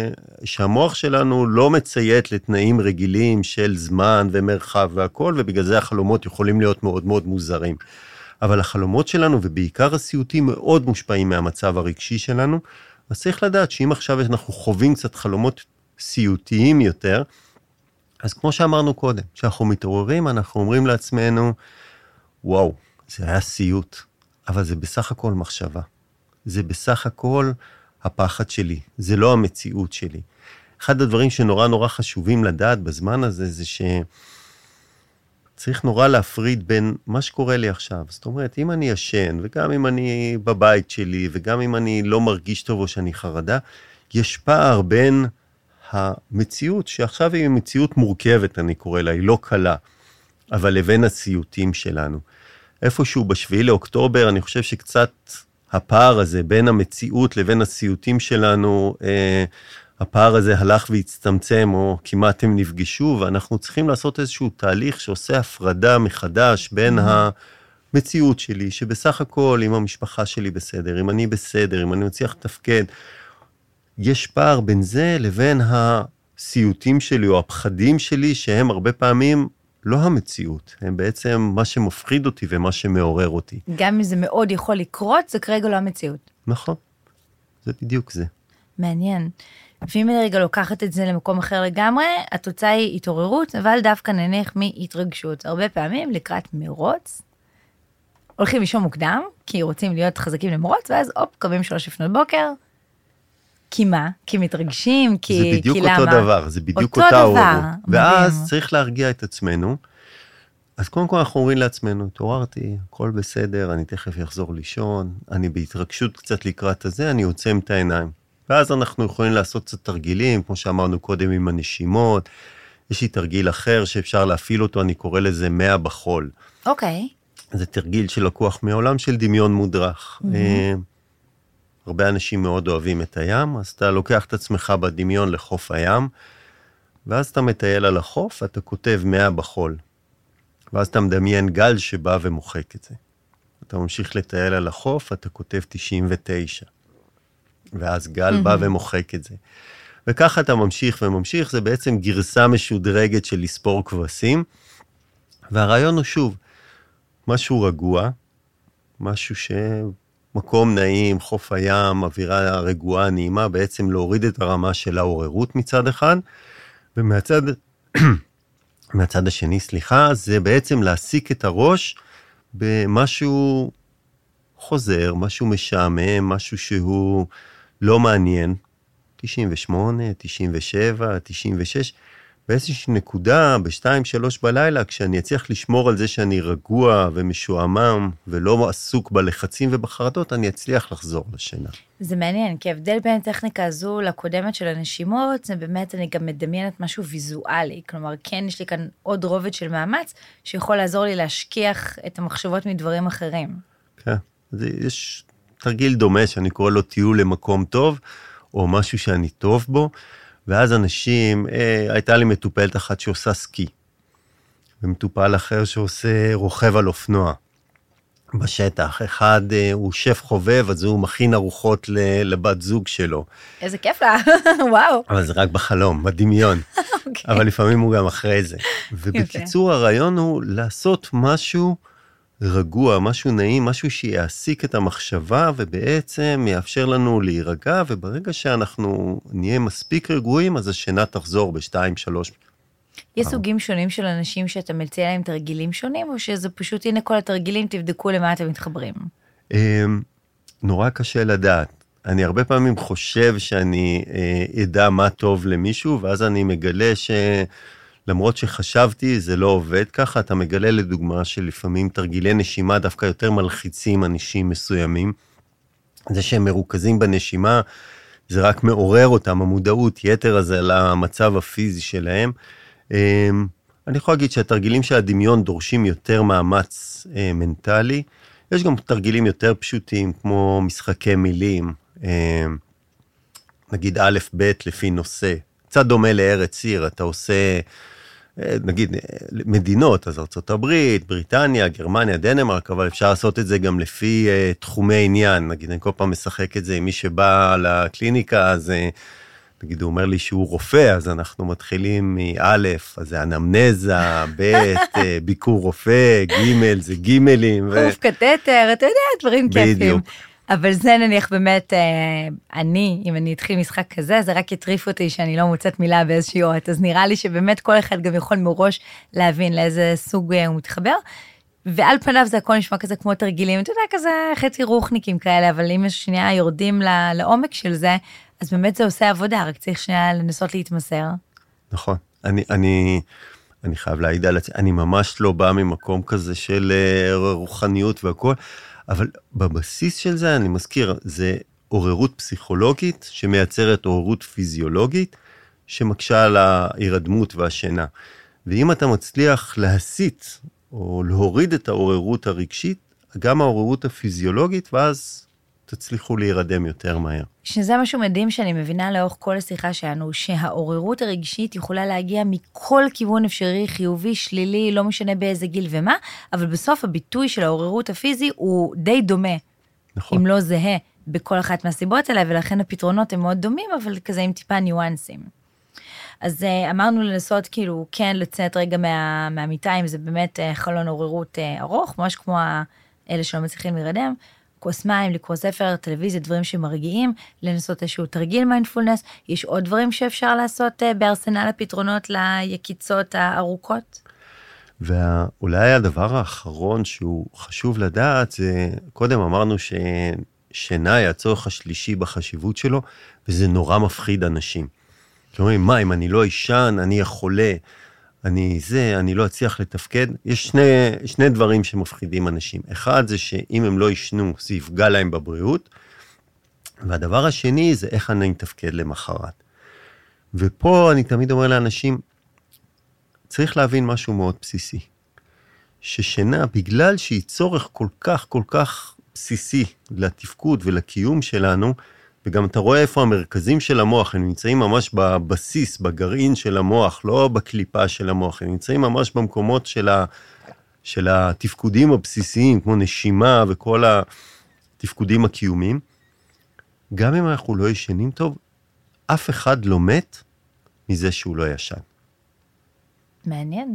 שהמוח שלנו לא מציית לתנאים רגילים של זמן ומרחב והכל, ובגלל זה החלומות יכולים להיות מאוד מאוד מוזרים. אבל החלומות שלנו, ובעיקר הסיוטים, מאוד מושפעים מהמצב הרגשי שלנו, אז צריך לדעת שאם עכשיו אנחנו חווים קצת חלומות סיוטיים יותר, אז כמו שאמרנו קודם, כשאנחנו מתעוררים, אנחנו אומרים לעצמנו, וואו, זה היה סיוט, אבל זה בסך הכל מחשבה. זה בסך הכל הפחד שלי, זה לא המציאות שלי. אחד הדברים שנורא נורא חשובים לדעת בזמן הזה, זה שצריך נורא להפריד בין מה שקורה לי עכשיו. זאת אומרת, אם אני ישן, וגם אם אני בבית שלי, וגם אם אני לא מרגיש טוב או שאני חרדה, יש פער בין המציאות, שעכשיו היא מציאות מורכבת, אני קורא לה, היא לא קלה, אבל לבין הסיוטים שלנו. איפשהו בשביעי לאוקטובר, אני חושב שקצת הפער הזה, בין המציאות לבין הסיוטים שלנו, אה, הפער הזה הלך והצטמצם, או כמעט הם נפגשו, ואנחנו צריכים לעשות איזשהו תהליך שעושה הפרדה מחדש בין המציאות שלי, שבסך הכל, אם המשפחה שלי בסדר, אם אני בסדר, אם אני מצליח לתפקד, יש פער בין זה לבין הסיוטים שלי או הפחדים שלי, שהם הרבה פעמים לא המציאות, הם בעצם מה שמפחיד אותי ומה שמעורר אותי. גם אם זה מאוד יכול לקרות, זה כרגע לא המציאות. נכון, זה בדיוק זה. מעניין. ואם אני רגע לוקחת את זה למקום אחר לגמרי, התוצאה היא התעוררות, אבל דווקא נניח מהתרגשות. הרבה פעמים לקראת מרוץ, הולכים לישון מוקדם, כי רוצים להיות חזקים למרוץ, ואז הופ, קמים שלוש לפנות בוקר, כי מה? כי מתרגשים, כי, זה בדיוק כי אותו למה? דבר, זה בדיוק אותו אותה דבר, עוררות. ואז מדהים. צריך להרגיע את עצמנו. אז קודם כל אנחנו אומרים לעצמנו, התעוררתי, הכל בסדר, אני תכף אחזור לישון, אני בהתרגשות קצת לקראת הזה, אני עוצם את העיניים. ואז אנחנו יכולים לעשות קצת תרגילים, כמו שאמרנו קודם עם הנשימות, יש לי תרגיל אחר שאפשר להפעיל אותו, אני קורא לזה מאה בחול. אוקיי. זה תרגיל שלקוח מעולם של דמיון מודרך. Mm-hmm. אה, הרבה אנשים מאוד אוהבים את הים, אז אתה לוקח את עצמך בדמיון לחוף הים, ואז אתה מטייל על החוף, אתה כותב מאה בחול. ואז אתה מדמיין גל שבא ומוחק את זה. אתה ממשיך לטייל על החוף, אתה כותב תשעים ותשע. ואז גל mm-hmm. בא ומוחק את זה. וככה אתה ממשיך וממשיך, זה בעצם גרסה משודרגת של לספור כבשים, והרעיון הוא שוב, משהו רגוע, משהו שמקום נעים, חוף הים, אווירה רגועה, נעימה, בעצם להוריד את הרמה של העוררות מצד אחד, ומהצד מהצד השני, סליחה, זה בעצם להסיק את הראש במשהו חוזר, משהו משעמם, משהו שהוא לא מעניין, תשעים ושמונה, תשעים ושבע, תשעים ושש, באיזושהי נקודה, בשתיים, שלוש בלילה, כשאני אצליח לשמור על זה שאני רגוע ומשועמם, ולא עסוק בלחצים ובחרדות, אני אצליח לחזור לשינה. זה מעניין, כי ההבדל בין הטכניקה הזו לקודמת של הנשימות, זה באמת, אני גם מדמיינת משהו ויזואלי, כלומר, כן, יש לי כאן עוד רובד של מאמץ, שיכול לעזור לי להשכיח את המחשבות מדברים אחרים. כן, אז יש תרגיל דומה, שאני קורא לו טיול למקום טוב, או משהו שאני טוב בו, ואז אנשים, אה, הייתה לי מטופלת אחת שעושה סקי, ומטופל אחר שעושה רוכב על אופנוע בשטח. אחד אה, הוא שף חובב, אז הוא מכין ארוחות לבת זוג שלו. איזה כיף לה, וואו. אבל זה רק בחלום, בדמיון. okay. אבל לפעמים הוא גם אחרי זה. ובקיצור, הרעיון הוא לעשות משהו רגוע, משהו נעים, משהו שיעסיק את המחשבה, ובעצם יאפשר לנו להירגע, וברגע שאנחנו נהיה מספיק רגועים, אז השינה תחזור בשתיים, שלוש. יש סוגים שונים של אנשים שאתה מציע להם תרגילים שונים, או שזה פשוט, הנה כל התרגילים, תבדקו למה אתם מתחברים? נורא קשה לדעת. אני הרבה פעמים חושב שאני אדע מה טוב למישהו, ואז אני מגלה ש... למרות שחשבתי, זה לא עובד ככה, אתה מגלה לדוגמה שלפעמים תרגילי נשימה דווקא יותר מלחיצים אנשים מסוימים. זה שהם מרוכזים בנשימה, זה רק מעורר אותם, המודעות יתר הזה על המצב הפיזי שלהם. אני יכול להגיד שהתרגילים של הדמיון דורשים יותר מאמץ מנטלי. יש גם תרגילים יותר פשוטים, כמו משחקי מילים, נגיד א' ב' לפי נושא. קצת דומה לארץ עיר, אתה עושה, נגיד, מדינות, אז ארצות הברית, בריטניה, גרמניה, דנמרק, אבל אפשר לעשות את זה גם לפי uh, תחומי עניין. נגיד, אני כל פעם משחק את זה עם מי שבא לקליניקה, אז נגיד, הוא אומר לי שהוא רופא, אז אנחנו מתחילים מאלף, אז זה אנמנזה, ב', ביקור רופא, ג', זה ג' חוף קטטר, אתה יודע, דברים כיפים. בדיוק. אבל זה נניח באמת, אני, אם אני אתחיל משחק כזה, זה רק יטריף אותי שאני לא מוצאת מילה באיזושהי אות, אז נראה לי שבאמת כל אחד גם יכול מראש להבין לאיזה סוג הוא מתחבר, ועל פניו זה הכל נשמע כזה כמו תרגילים, אתה יודע, כזה חצי רוחניקים כאלה, אבל אם יש שנייה יורדים לעומק של זה, אז באמת זה עושה עבודה, רק צריך שנייה לנסות להתמסר. נכון, אני, אני, אני חייב להעיד על עצמי, אני ממש לא בא ממקום כזה של רוחניות והכל, אבל בבסיס של זה, אני מזכיר, זה עוררות פסיכולוגית שמייצרת עוררות פיזיולוגית, שמקשה על ההירדמות והשינה. ואם אתה מצליח להסיט או להוריד את העוררות הרגשית, גם העוררות הפיזיולוגית, ואז תצליחו להירדם יותר מהר. שזה משהו מדהים שאני מבינה לאורך כל השיחה שלנו, שהעוררות הרגשית יכולה להגיע מכל כיוון אפשרי, חיובי, שלילי, לא משנה באיזה גיל ומה, אבל בסוף הביטוי של העוררות הפיזי הוא די דומה, נכון. אם לא זהה, בכל אחת מהסיבות האלה, ולכן הפתרונות הם מאוד דומים, אבל כזה עם טיפה ניואנסים. אז אמרנו לנסות כאילו כן לצאת רגע מה, מהמיטה, אם זה באמת חלון עוררות ארוך, ממש כמו אלה שלא מצליחים להירדם, כוס מים, לקרוא ספר, טלוויזיה, דברים שמרגיעים, לנסות איזשהו תרגיל מיינדפולנס, יש עוד דברים שאפשר לעשות בארסנל הפתרונות ליקיצות הארוכות? ואולי הדבר האחרון שהוא חשוב לדעת, זה קודם אמרנו ששינה היא הצורך השלישי בחשיבות שלו, וזה נורא מפחיד אנשים. אומרים, מה, אם אני לא אישן, אני אהיה חולה, אני זה, אני לא אצליח לתפקד. יש שני, שני דברים שמפחידים אנשים. אחד זה שאם הם לא ישנו, זה יפגע להם בבריאות, והדבר השני זה איך אני מתפקד למחרת. ופה אני תמיד אומר לאנשים, צריך להבין משהו מאוד בסיסי. ששינה, בגלל שהיא צורך כל כך כל כך בסיסי לתפקוד ולקיום שלנו, וגם אתה רואה איפה המרכזים של המוח, הם נמצאים ממש בבסיס, בגרעין של המוח, לא בקליפה של המוח, הם נמצאים ממש במקומות של, ה, של התפקודים הבסיסיים, כמו נשימה וכל התפקודים הקיומיים. גם אם אנחנו לא ישנים טוב, אף אחד לא מת מזה שהוא לא ישן. מעניין.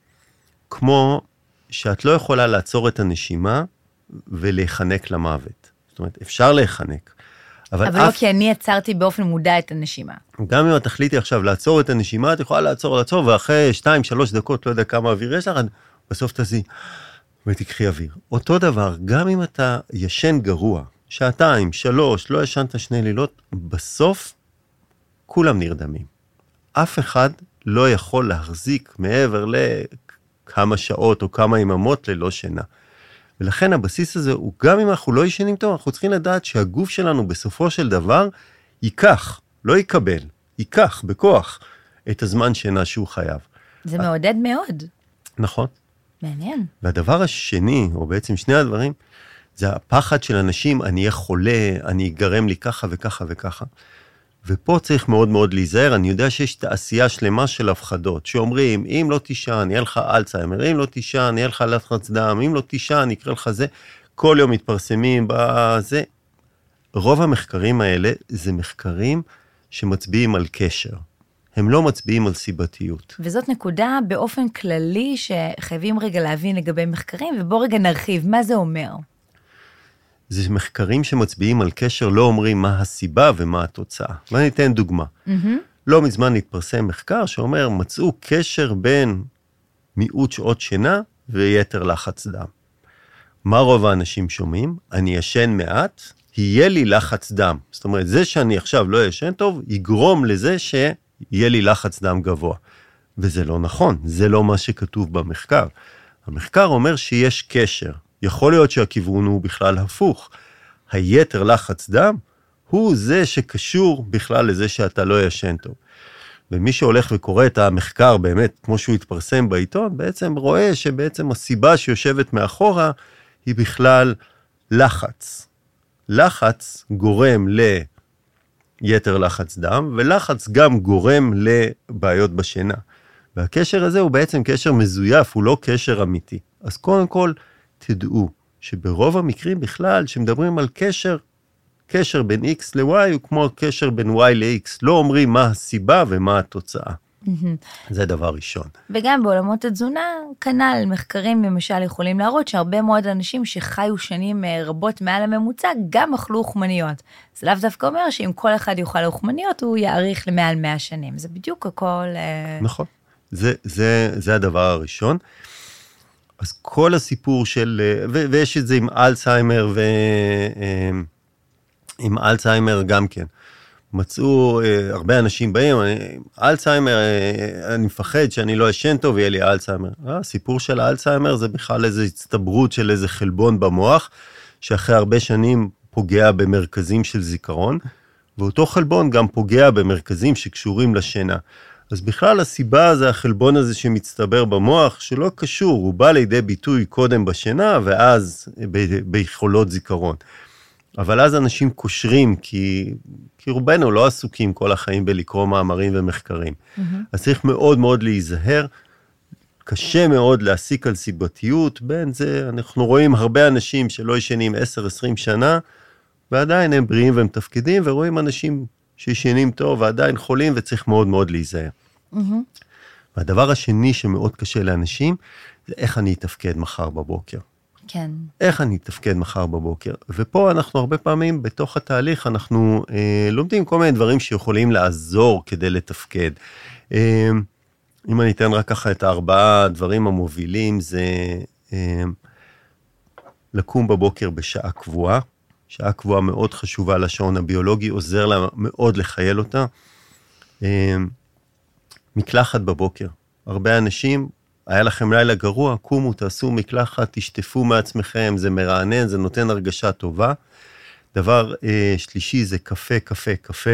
כמו שאת לא יכולה לעצור את הנשימה ולהיחנק למוות. זאת אומרת, אפשר להיחנק. אבל, אבל אף... לא כי אני עצרתי באופן מודע את הנשימה. גם אם את תחליטי עכשיו לעצור את הנשימה, את יכולה לעצור, לעצור, ואחרי שתיים, שלוש דקות, לא יודע כמה אוויר יש לך, בסוף תזי, ותקחי אוויר. אותו דבר, גם אם אתה ישן גרוע, שעתיים, שלוש, לא ישנת שני לילות, בסוף כולם נרדמים. אף אחד לא יכול להחזיק מעבר לכמה שעות או כמה יממות ללא שינה. ולכן הבסיס הזה הוא גם אם אנחנו לא ישנים טוב, אנחנו צריכים לדעת שהגוף שלנו בסופו של דבר ייקח, לא יקבל, ייקח בכוח את הזמן שינה שהוא חייב. זה מעודד מאוד. נכון. מעניין. והדבר השני, או בעצם שני הדברים, זה הפחד של אנשים, אני אהיה חולה, אני אגרם לי ככה וככה וככה. ופה צריך מאוד מאוד להיזהר, אני יודע שיש תעשייה שלמה של הפחדות, שאומרים, אם לא תישן, יהיה לך אלצהיימר, אם לא תישן, יהיה לך לחץ דם, אם לא תישן, יקרה לך זה, כל יום מתפרסמים בזה. רוב המחקרים האלה, זה מחקרים שמצביעים על קשר. הם לא מצביעים על סיבתיות. וזאת נקודה באופן כללי, שחייבים רגע להבין לגבי מחקרים, ובוא רגע נרחיב, מה זה אומר? זה מחקרים שמצביעים על קשר, לא אומרים מה הסיבה ומה התוצאה. ואני אתן דוגמה. Mm-hmm. לא מזמן התפרסם מחקר שאומר, מצאו קשר בין מיעוט שעות שינה ויתר לחץ דם. מה רוב האנשים שומעים? אני ישן מעט, יהיה לי לחץ דם. זאת אומרת, זה שאני עכשיו לא ישן טוב, יגרום לזה שיהיה לי לחץ דם גבוה. וזה לא נכון, זה לא מה שכתוב במחקר. המחקר אומר שיש קשר. יכול להיות שהכיוון הוא בכלל הפוך. היתר לחץ דם הוא זה שקשור בכלל לזה שאתה לא ישן טוב. ומי שהולך וקורא את המחקר באמת, כמו שהוא התפרסם בעיתון, בעצם רואה שבעצם הסיבה שיושבת מאחורה היא בכלל לחץ. לחץ גורם ליתר לחץ דם, ולחץ גם גורם לבעיות בשינה. והקשר הזה הוא בעצם קשר מזויף, הוא לא קשר אמיתי. אז קודם כל, תדעו שברוב המקרים בכלל, שמדברים על קשר, קשר בין X ל-Y, הוא כמו קשר בין Y ל-X. לא אומרים מה הסיבה ומה התוצאה. זה דבר ראשון. וגם בעולמות התזונה, כנ"ל מחקרים למשל יכולים להראות שהרבה מאוד אנשים שחיו שנים רבות מעל הממוצע, גם אכלו אוכמניות. זה לאו דווקא אומר שאם כל אחד יאכל אוכמניות, הוא יאריך למעל מאה שנים. זה בדיוק הכל... נכון. זה, זה, זה הדבר הראשון. אז כל הסיפור של, ו, ויש את זה עם אלצהיימר, ועם אלצהיימר גם כן. מצאו, הרבה אנשים באים, אלצהיימר, אני מפחד שאני לא ישן טוב, ויהיה לי אלצהיימר. הסיפור של האלצהיימר זה בכלל איזו הצטברות של איזה חלבון במוח, שאחרי הרבה שנים פוגע במרכזים של זיכרון, ואותו חלבון גם פוגע במרכזים שקשורים לשינה. אז בכלל הסיבה זה החלבון הזה שמצטבר במוח, שלא קשור, הוא בא לידי ביטוי קודם בשינה, ואז ב- ביכולות זיכרון. אבל אז אנשים קושרים, כי, כי רובנו לא עסוקים כל החיים בלקרוא מאמרים ומחקרים. Mm-hmm. אז צריך מאוד מאוד להיזהר, קשה מאוד להסיק על סיבתיות, בין זה אנחנו רואים הרבה אנשים שלא ישנים עשר עשרים שנה, ועדיין הם בריאים והם תפקידים, ורואים אנשים שישנים טוב ועדיין חולים, וצריך מאוד מאוד להיזהר. והדבר השני שמאוד קשה לאנשים, זה איך אני אתפקד מחר בבוקר. כן. איך אני אתפקד מחר בבוקר. ופה אנחנו הרבה פעמים, בתוך התהליך, אנחנו אה, לומדים כל מיני דברים שיכולים לעזור כדי לתפקד. אה, אם אני אתן רק ככה את הארבעה דברים המובילים, זה אה, לקום בבוקר בשעה קבועה, שעה קבועה מאוד חשובה לשעון הביולוגי, עוזר לה מאוד לחייל אותה. אה, מקלחת בבוקר. הרבה אנשים, היה לכם לילה גרוע, קומו, תעשו מקלחת, תשטפו מעצמכם, זה מרענן, זה נותן הרגשה טובה. דבר אה, שלישי זה קפה, קפה, קפה.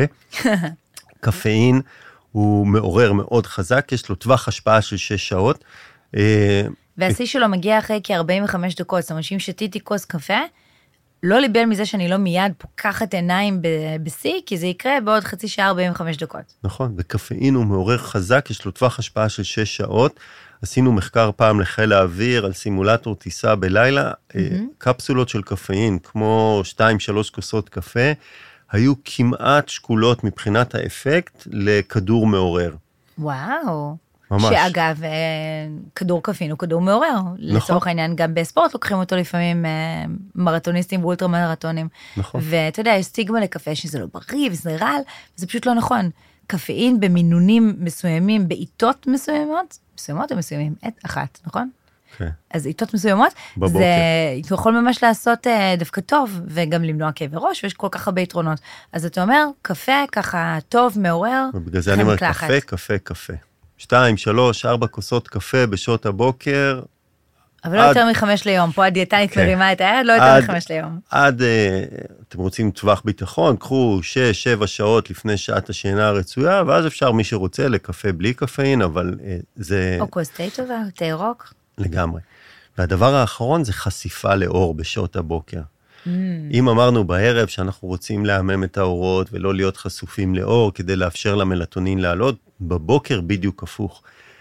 קפאין הוא מעורר מאוד חזק, יש לו טווח השפעה של שש שעות. אה, והשיא שלו מגיע אחרי כ-ארבעים וחמש דקות, זאת אומרת שאם שתיתי כוס קפה, לא ליבל מזה שאני לא מיד פוקחת עיניים בשיא, כי זה יקרה בעוד חצי שעה ארבעים וחמש דקות. נכון, וקפאין הוא מעורר חזק, יש לו טווח השפעה של שש שעות. עשינו מחקר פעם לחיל האוויר על סימולטור טיסה בלילה, mm-hmm. קפסולות של קפאין, כמו שתיים, שלוש כוסות קפה, היו כמעט שקולות מבחינת האפקט לכדור מעורר. וואו. ממש. שאגב, כדור קפאין הוא כדור מעורר. נכון. לצורך העניין, גם בספורט לוקחים אותו לפעמים מרתוניסטים ואולטרה מרתונים. נכון. ואתה יודע, יש סטיגמה לקפה שזה לא בריא וזה רעל, וזה פשוט לא נכון. קפאין במינונים מסוימים, בעיתות מסוימות, מסוימות או מסוימים? עת אחת, נכון? כן. אז עיתות מסוימות, בבוקר. זה יכול ממש לעשות דווקא טוב, וגם למנוע כאבי ראש, ויש כל כך הרבה יתרונות. אז אתה אומר, קפה ככה טוב, מעורר, ובגלל זה אני אומר, קפה, קפה, קפה. שתיים, שלוש, ארבע כוסות קפה בשעות הבוקר. אבל לא יותר מחמש ליום, פה הדיאטנית מרימה את היד, לא יותר מחמש ליום. עד, אתם רוצים טווח ביטחון, קחו שש, שבע שעות לפני שעת השינה הרצויה, ואז אפשר מי שרוצה לקפה בלי קפאין, אבל זה... או כוס תה טובה, תה ירוק. לגמרי. והדבר האחרון זה חשיפה לאור בשעות הבוקר. אם אמרנו בערב שאנחנו רוצים להמם את האורות ולא להיות חשופים לאור כדי לאפשר למלטונין לעלות, בבוקר בדיוק הפוך.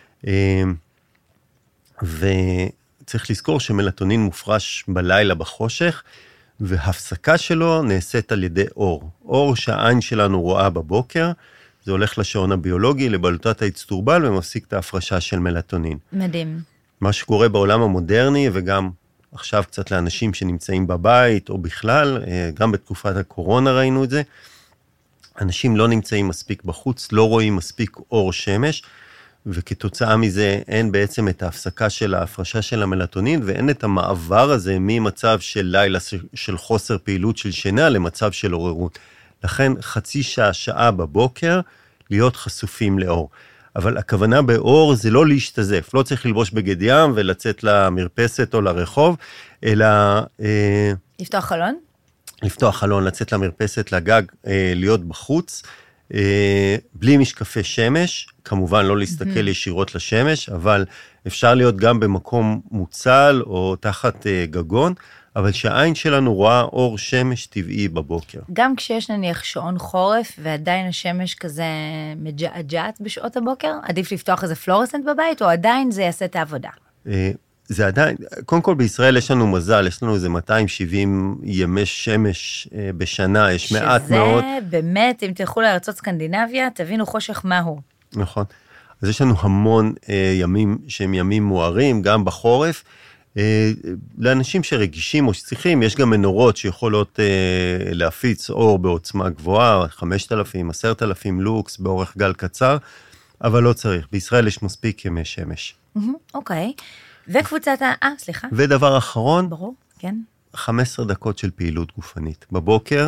וצריך לזכור שמלטונין מופרש בלילה בחושך, והפסקה שלו נעשית על ידי אור. אור שהעין שלנו רואה בבוקר, זה הולך לשעון הביולוגי, לבלוטת האצטורבל, ומפסיק את ההפרשה של מלטונין. מדהים. מה שקורה בעולם המודרני, וגם עכשיו קצת לאנשים שנמצאים בבית, או בכלל, גם בתקופת הקורונה ראינו את זה, אנשים לא נמצאים מספיק בחוץ, לא רואים מספיק אור שמש, וכתוצאה מזה אין בעצם את ההפסקה של ההפרשה של המלטונין, ואין את המעבר הזה ממצב של לילה של חוסר פעילות של שינה, למצב של עוררות. לכן חצי שעה, שעה בבוקר, להיות חשופים לאור. אבל הכוונה באור זה לא להשתזף, לא צריך ללבוש בגד ים ולצאת למרפסת או לרחוב, אלא... אה, לפתוח חלון? לפתוח חלון, לצאת למרפסת, לגג, אה, להיות בחוץ, אה, בלי משקפי שמש, כמובן לא להסתכל ישירות לשמש, אבל אפשר להיות גם במקום מוצל או תחת אה, גגון, אבל שהעין שלנו רואה אור שמש טבעי בבוקר. גם כשיש נניח שעון חורף, ועדיין השמש כזה מג'עג'עת בשעות הבוקר, עדיף לפתוח איזה פלורסנט בבית, או עדיין זה יעשה את העבודה? זה עדיין, קודם כל בישראל יש לנו מזל, יש לנו איזה מאתיים שבעים ימי שמש בשנה, יש מעט מאוד. שזה באמת, אם תלכו לארצות סקנדינביה, תבינו חושך מהו. נכון. אז יש לנו המון ימים שהם ימים מוארים, גם בחורף, לאנשים שרגישים או שצריכים, יש גם מנורות שיכולות להפיץ אור בעוצמה גבוהה, חמשת אלפים, עשרת אלפים לוקס, באורך גל קצר, אבל לא צריך. בישראל יש מספיק ימי שמש. אוקיי. וקבוצת ה... אה, סליחה. ודבר אחרון, ברור, כן. חמש עשרה דקות של פעילות גופנית. בבוקר,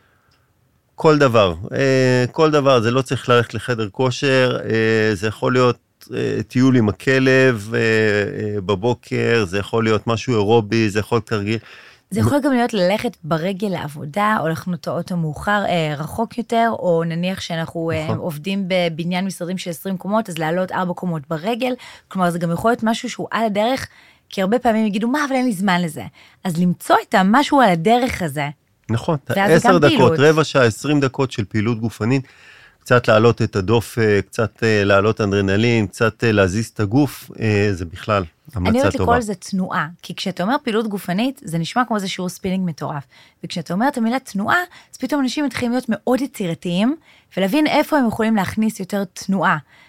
כל דבר, כל דבר, זה לא צריך ללכת לחדר כושר, זה יכול להיות טיול עם הכלב בבוקר, זה יכול להיות משהו אירובי, זה יכול להיות תרגיל. זה יכול גם להיות ללכת ברגל לעבודה, או לחנות האוטו מאוחר, רחוק יותר, או נניח שאנחנו נכון. עובדים בבניין משרדים של עשרים קומות, אז לעלות ארבע קומות ברגל, כלומר זה גם יכול להיות משהו שהוא על הדרך, כי הרבה פעמים יגידו, מה, אבל אין לי זמן לזה. אז למצוא את המשהו על הדרך הזה. נכון, עשר דקות, רבע שעה, עשרים דקות של פעילות גופנית, קצת להעלות את הדופק, קצת להעלות אנדרנלין, קצת להזיז את הגוף, זה בכלל המלצה טובה. אני אוהבת לקרוא לזה תנועה, כי כשאתה אומר פעילות גופנית, זה נשמע כמו איזה שיעור ספינינג מטורף. וכשאתה אומר את המילה תנועה, אז פתאום אנשים מתחילים להיות מאוד יצירתיים, ולהבין איפה הם יכולים להכניס יותר תנועה.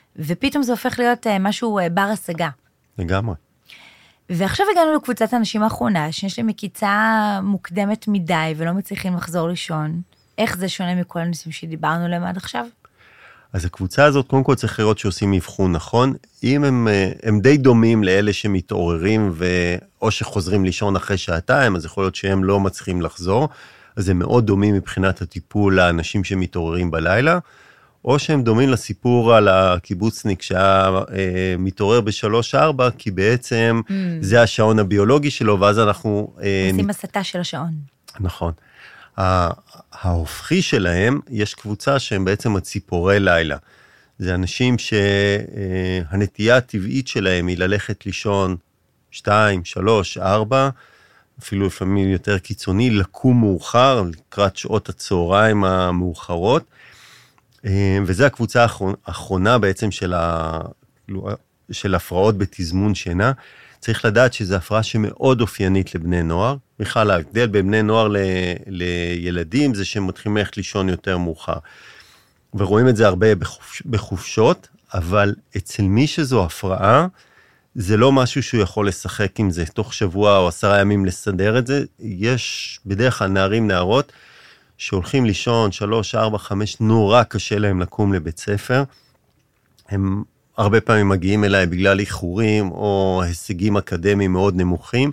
ופתאום זה הופך להיות משהו בר השגה. לגמרי. ועכשיו הגענו לקבוצת האנשים האחרונה, שיש להם מקיצה מוקדמת מדי, ולא מצליחים לחזור לישון. איך זה שונה מכל הנושאים שדיברנו עליהם עד עכשיו? אז הקבוצה הזאת, קודם כל צריך לראות שעושים מבחון נכון. אם הם, הם די דומים לאלה שמתעוררים, ו... או שחוזרים לישון אחרי שעתיים, אז יכול להיות שהם לא מצליחים לחזור. אז הם מאוד דומים מבחינת הטיפול לאנשים שמתעוררים בלילה, או שהם דומים לסיפור על הקיבוצניק שהיה אה, מתעורר בשלוש ארבע, כי בעצם mm. זה השעון הביולוגי שלו, ואז אנחנו... אה, עושים נ... הסתה של השעון. נכון. ההופכי שלהם, יש קבוצה שהם בעצם הציפורי לילה. זה אנשים שהנטייה הטבעית שלהם היא ללכת לישון שתיים, שלוש, ארבע, אפילו לפעמים יותר קיצוני, לקום מאוחר, לקראת שעות הצהריים המאוחרות, וזו הקבוצה האחרונה בעצם של, ה... של הפרעות בתזמון שינה. צריך לדעת שזו הפרעה שמאוד אופיינית לבני נוער. בכלל, ההבדל בין בני נוער ל... לילדים זה שהם מתחילים ללכת לישון יותר מאוחר. ורואים את זה הרבה בחופש... בחופשות, אבל אצל מי שזו הפרעה, זה לא משהו שהוא יכול לשחק עם זה, תוך שבוע או עשרה ימים לסדר את זה. יש בדרך כלל נערים, נערות, שהולכים לישון שלוש, ארבע, חמש, נורא קשה להם לקום לבית ספר. הם הרבה פעמים מגיעים אליי בגלל איחורים או הישגים אקדמיים מאוד נמוכים,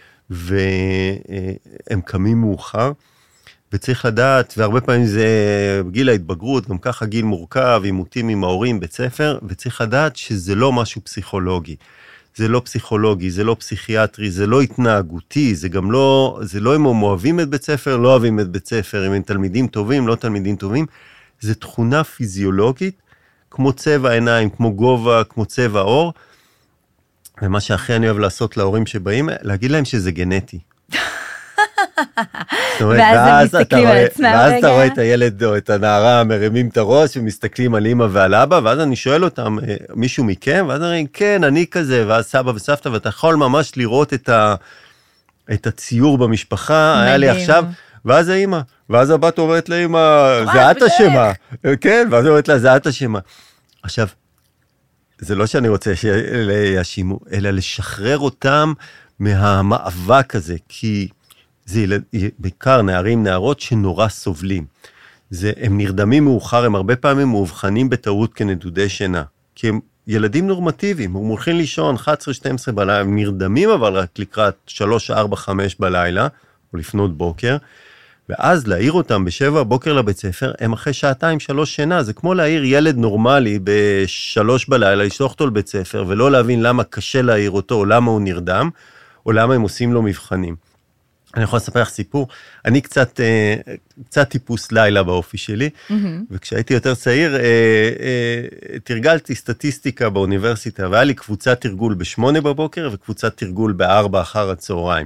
והם קמים מאוחר, וצריך לדעת, והרבה פעמים זה גיל ההתבגרות, גם ככה גיל מורכב, עימותים עם ההורים, בית ספר, וצריך לדעת שזה לא משהו פסיכולוגי. זה לא פסיכולוגי, זה לא פסיכיאטרי, זה לא התנהגותי, זה גם לא, זה לא אם הם אוהבים את בית ספר, לא אוהבים את בית ספר, אם הם תלמידים טובים, לא תלמידים טובים, זה תכונה פיזיולוגית, כמו צבע עיניים, כמו גובה, כמו צבע עור, ומה שהכי אני אוהב לעשות להורים שבאים, להגיד להם שזה גנטי. ואז הם מסתכלים על עצמם רגע. ואז אתה רואה את הילד או את הנערה מרימים את הראש ומסתכלים על אמא ועל אבא, ואז אני שואל אותם, מישהו מכם? ואז אני אומר, כן, אני כזה, ואז סבא וסבתא, ואתה יכול ממש לראות את, ה, את הציור במשפחה, היה לי עכשיו, ואז האמא, ואז הבת אומרת לאמא, זה את אשמה, כן, ואז אומרת לה, זה את אשמה. עכשיו, זה לא שאני רוצה שישימו, אלא לשחרר אותם מהמאבק הזה, כי זה בעיקר נערים, נערות שנורא סובלים. זה, הם נרדמים מאוחר, הם הרבה פעמים מאובחנים בטעות כנדודי שינה, כי הם ילדים נורמטיביים, הם הולכים לישון אחת עשרה שתים עשרה בלילה, הם נרדמים אבל רק לקראת שלוש ארבע חמש בלילה, או לפנות בוקר, ואז להעיר אותם בשבע בוקר לבית ספר, הם אחרי שעתיים שלוש שינה, זה כמו להעיר ילד נורמלי בשלוש בלילה, לשלוח אותו לבית ספר, ולא להבין למה קשה להעיר אותו, או למה הוא נרדם, או למה הם עושים לו מבחנים. אני יכול לספר לך סיפור, אני קצת, קצת טיפוס לילה באופי שלי, mm-hmm. וכשהייתי יותר צעיר, תרגלתי סטטיסטיקה באוניברסיטה, והיה לי קבוצת תרגול בשמונה בבוקר, וקבוצת תרגול בארבע אחר הצהריים.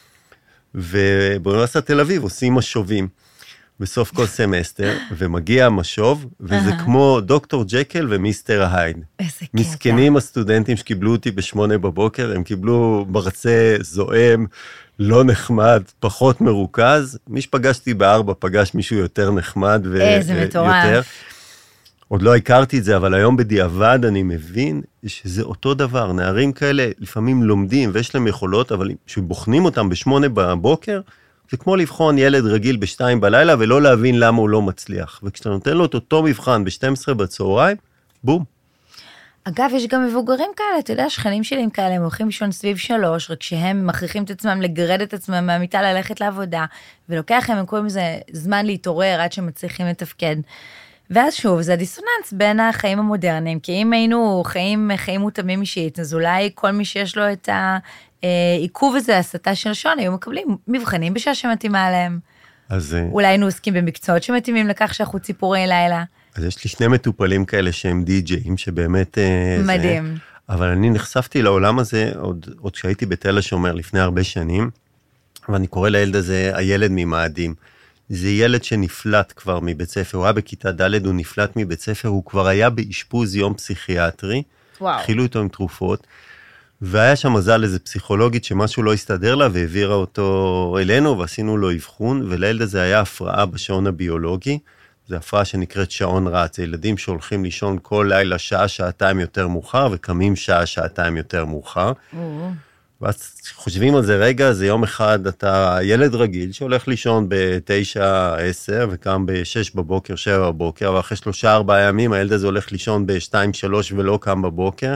ובאוניברסיטת תל אביב עושים משובים, בסוף כל סמסטר, ומגיע המשוב, וזה uh-huh. כמו דוקטור ג'קל ומיסטר הייד. איזה קטע. מסכנים הסטודנטים שקיבלו אותי בשמונה בבוקר, הם קיבלו מרצה זועם, לא נחמד, פחות מרוכז. מי שפגשתי בארבע, פגש מישהו יותר נחמד ויותר. איזה מטורף. עוד לא הכרתי את זה, אבל היום בדיעבד אני מבין שזה אותו דבר. נערים כאלה לפעמים לומדים ויש להם יכולות, אבל כשבוחנים אותם בשמונה בבוקר, זה כמו לבחון ילד רגיל בשתיים בלילה, ולא להבין למה הוא לא מצליח. וכשאתה נותן לו את אותו מבחן ב-שתים עשרה בצהריים, בום. אגב, יש גם מבוגרים כאלה, אתה יודע, שכנים שלי כאלה, הם הולכים לישון סביב שלוש, רק שהם מכריחים את עצמם לגרד את עצמם מהמיטה ללכת לעבודה, ולוקח להם, הם קוראים לזה זמן להתעורר עד שמצליחים לתפקד. ואז שוב, זה הדיסוננס בין החיים המודרניים, כי אם היינו חיים, חיים מותאמים אישית, אז אולי כל מי שיש לו את העיכוב הזה, הסתה של שעון, היו מקבלים מבחנים בשעה שמתאימה עליהם. אז... אולי היינו עוסקים במקצועות שמתאימים לכך שאנחנו ציפורי לילה. אז יש לי שני מטופלים כאלה שהם די-ג'יים, שבאמת... מדהים. זה, אבל אני נחשפתי לעולם הזה עוד, עוד כשהייתי בתל השומר לפני הרבה שנים, ואני קורא לילד הזה, הילד ממאדים. זה ילד שנפלט כבר מבית ספר, הוא היה בכיתה ד', הוא נפלט מבית ספר, הוא כבר היה באשפוז יום פסיכיאטרי, וואו. התחילו איתו עם תרופות, והיה שם מזל איזה פסיכולוגית שמשהו לא הסתדר לה, והעבירה אותו אלינו, ועשינו לו אבחון, ולילד הזה היה הפרעה בשעון הביולוגי, זה הפרעה שנקראת שעון רץ, זה ילדים שהולכים לישון כל לילה שעה, שעתיים יותר מאוחר, וקמים שעה, שעתיים יותר מאוחר. ואז חושבים על זה רגע, זה יום אחד, אתה ילד רגיל שהולך לישון בתשע, עשר, וקם בשש בבוקר, שבע בבוקר, ואחרי שלושה, ארבעה ימים, הילד הזה הולך לישון בשתיים, שלוש, ולא קם בבוקר.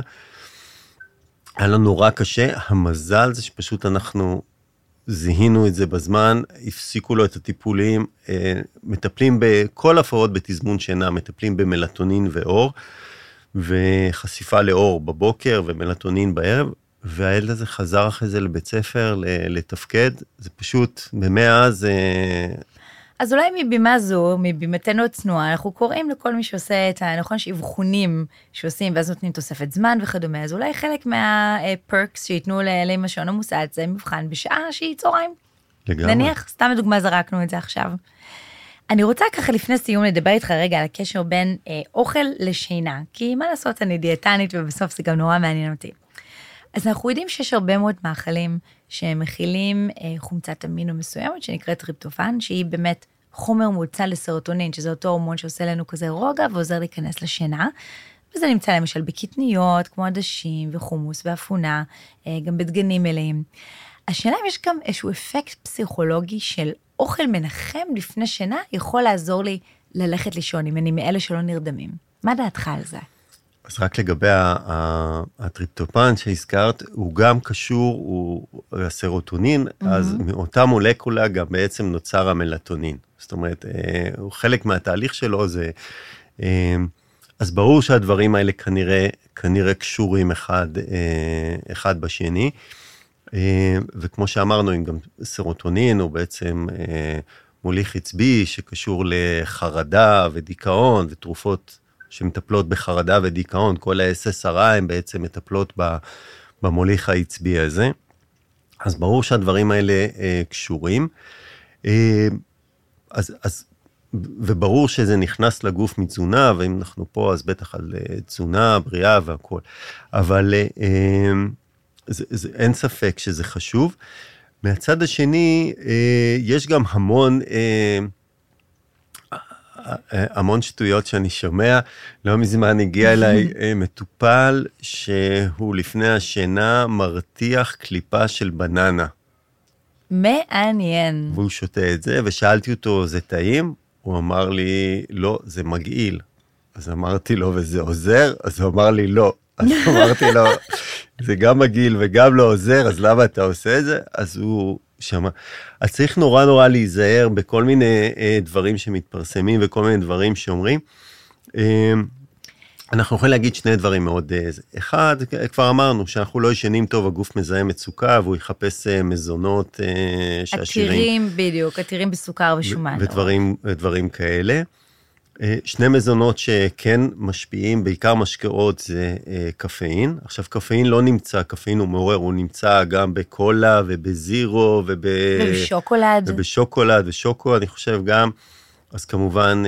היה לנו נורא קשה, המזל זה שפשוט אנחנו זיהינו את זה בזמן, הפסיקו לו את הטיפולים, מטפלים בכל הפרעות בתזמון שינה, מטפלים במלטונין ואור, וחשיפה לאור בבוקר ומלטונין בערב, והילד הזה חזר אחרי זה לבית ספר, לתפקד, זה פשוט, במאז... אז אולי מבימה זו, מבימתנו הצנועה, אנחנו קוראים לכל מי שעושה את הנכון שאבחונים שעושים, ואז נותנים תוספת זמן וכדומה, אז אולי חלק מהפרקס שיתנו לאמא שעון המוסד, זה מבחן בשעה שהיא צהריים. לגמרי. נניח, סתם לדוגמה זרקנו את זה עכשיו. אני רוצה ככה לפני סיום לדבר איתך רגע על הקשר בין אה, אוכל לשינה, כי מה לעשות, אני דיאטנית, ובסוף זה גם נורא מעניין אותי. אז אנחנו יודעים שיש הרבה מאוד מאכלים שמכילים אה, חומצת אמינו מסוימת, שנקראת טריפטופן, שהיא באמת חומר מוצא לסרוטונין, שזה אותו הורמון שעושה לנו כזה רוגע, ועוזר להיכנס לשינה, וזה נמצא למשל בקטניות, כמו עדשים וחומוס ואפונה, אה, גם בדגנים מלאים. השאלה אם יש גם איזשהו אפקט פסיכולוגי של אוכל מנחם לפני שינה, יכול לעזור לי ללכת לישון, אם אני מאלה שלא נרדמים. מה דעתך על זה? אז רק לגבי הטריפטופן שהזכרת, הוא גם קשור, הוא הסרוטונין, אז מאותה מולקולה גם בעצם נוצר המלטונין. זאת אומרת, הוא חלק מהתהליך שלו, זה... אז ברור שהדברים האלה כנראה, כנראה קשורים אחד, אחד בשני, וכמו שאמרנו, אם גם סרוטונין הוא בעצם מוליך עצבי שקשור לחרדה ודיכאון ותרופות שמטפלות בחרדה ודיכאון, כל ה-אס אס אר איי הם בעצם מטפלות במוליך העצבי הזה, אז ברור שהדברים האלה קשורים, אז, אז וברור שזה נכנס לגוף מתזונה, ואם אנחנו פה אז בטח על תזונה, בריאה והכל, אבל זה, זה, אין ספק שזה חשוב. מהצד השני, יש גם המון, המון שטויות שאני שומע. לא מזמן הגיע אליי מטופל שהוא לפני השינה מרתיח קליפה של בננה. מעניין. והוא שותה את זה, ושאלתי אותו, זה טעים? הוא אמר לי, לא, זה מגעיל. אז אמרתי לו, וזה עוזר? אז הוא אמר לי, לא. אז אמרתי לו, זה גם מגעיל וגם לא עוזר, אז למה אתה עושה את זה? אז הוא שמע. אז צריך נורא נורא להיזהר בכל מיני אה, דברים שמתפרסמים, וכל מיני דברים שאומרים. אה, אנחנו יכולים להגיד שני דברים מאוד, אה, אחד, כבר אמרנו, שאנחנו לא ישנים טוב, הגוף מזהה מצוקה, והוא יחפש אה, מזונות אה, שעשירים. עתירים, בדיוק, עתירים בסוכר ושומן. ו- ודברים, ודברים כאלה. שני מזונות שכן משפיעים, בעיקר משקאות, זה קפאין. עכשיו, קפאין לא נמצא, קפאין הוא מעורר, הוא נמצא גם בקולה ובזירו וב... ובשוקולד. ובשוקולד ושוקו, אני חושב גם, אז כמובן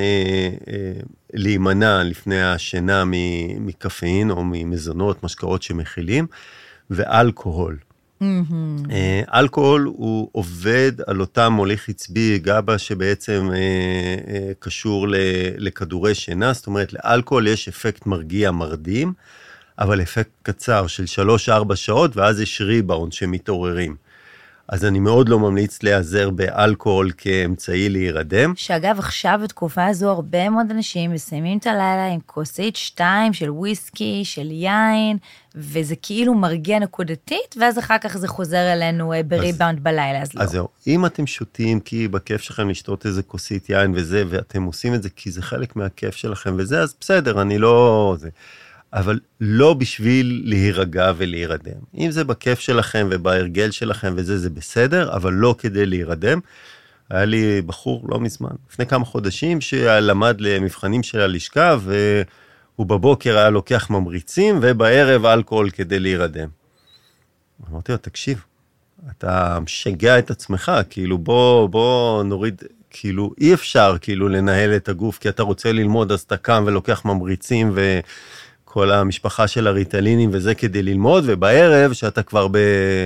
להימנע לפני השינה מקפאין או ממזונות, משקאות שמכילים, ואלכוהול. Mm-hmm. אלכוהול הוא עובד על אותם מוליך עצבי גאבה שבעצם אה, אה, קשור לכדורי שינה, זאת אומרת לאלכוהול יש אפקט מרגיע מרדים, אבל אפקט קצר של שלוש ארבע שעות ואז יש ריבאונד שמתעוררים. אז אני מאוד לא ממליץ להיעזר באלכוהול כאמצעי להירדם. שאגב, עכשיו בתקופה הזו הרבה מאוד אנשים מסיימים את הלילה עם כוסית שתיים של וויסקי, של יין, וזה כאילו מרגיע נקודתית, ואז אחר כך זה חוזר אלינו בריבאונד אז, בלילה, אז לא. אז זהו, אם אתם שותים כי בכיף שלכם לשתות איזה כוסית יין וזה, ואתם עושים את זה כי זה חלק מהכיף שלכם וזה, אז בסדר, אני לא... זה. אבל לא בשביל להירגע ולהירדם. אם זה בכיף שלכם ובהרגל שלכם וזה, זה בסדר, אבל לא כדי להירדם. היה לי בחור לא מזמן, לפני כמה חודשים, שלמד למבחנים של הלשכה, והוא בבוקר היה לוקח ממריצים, ובערב אלכוהול כדי להירדם. אמרתי לו, תקשיב, אתה משגע את עצמך, כאילו בוא, בוא נוריד, כאילו אי אפשר כאילו לנהל את הגוף, כי אתה רוצה ללמוד, אז אתה קם ולוקח ממריצים ו... כל המשפחה של הריטלינים וזה כדי ללמוד, ובערב, שאתה כבר ב...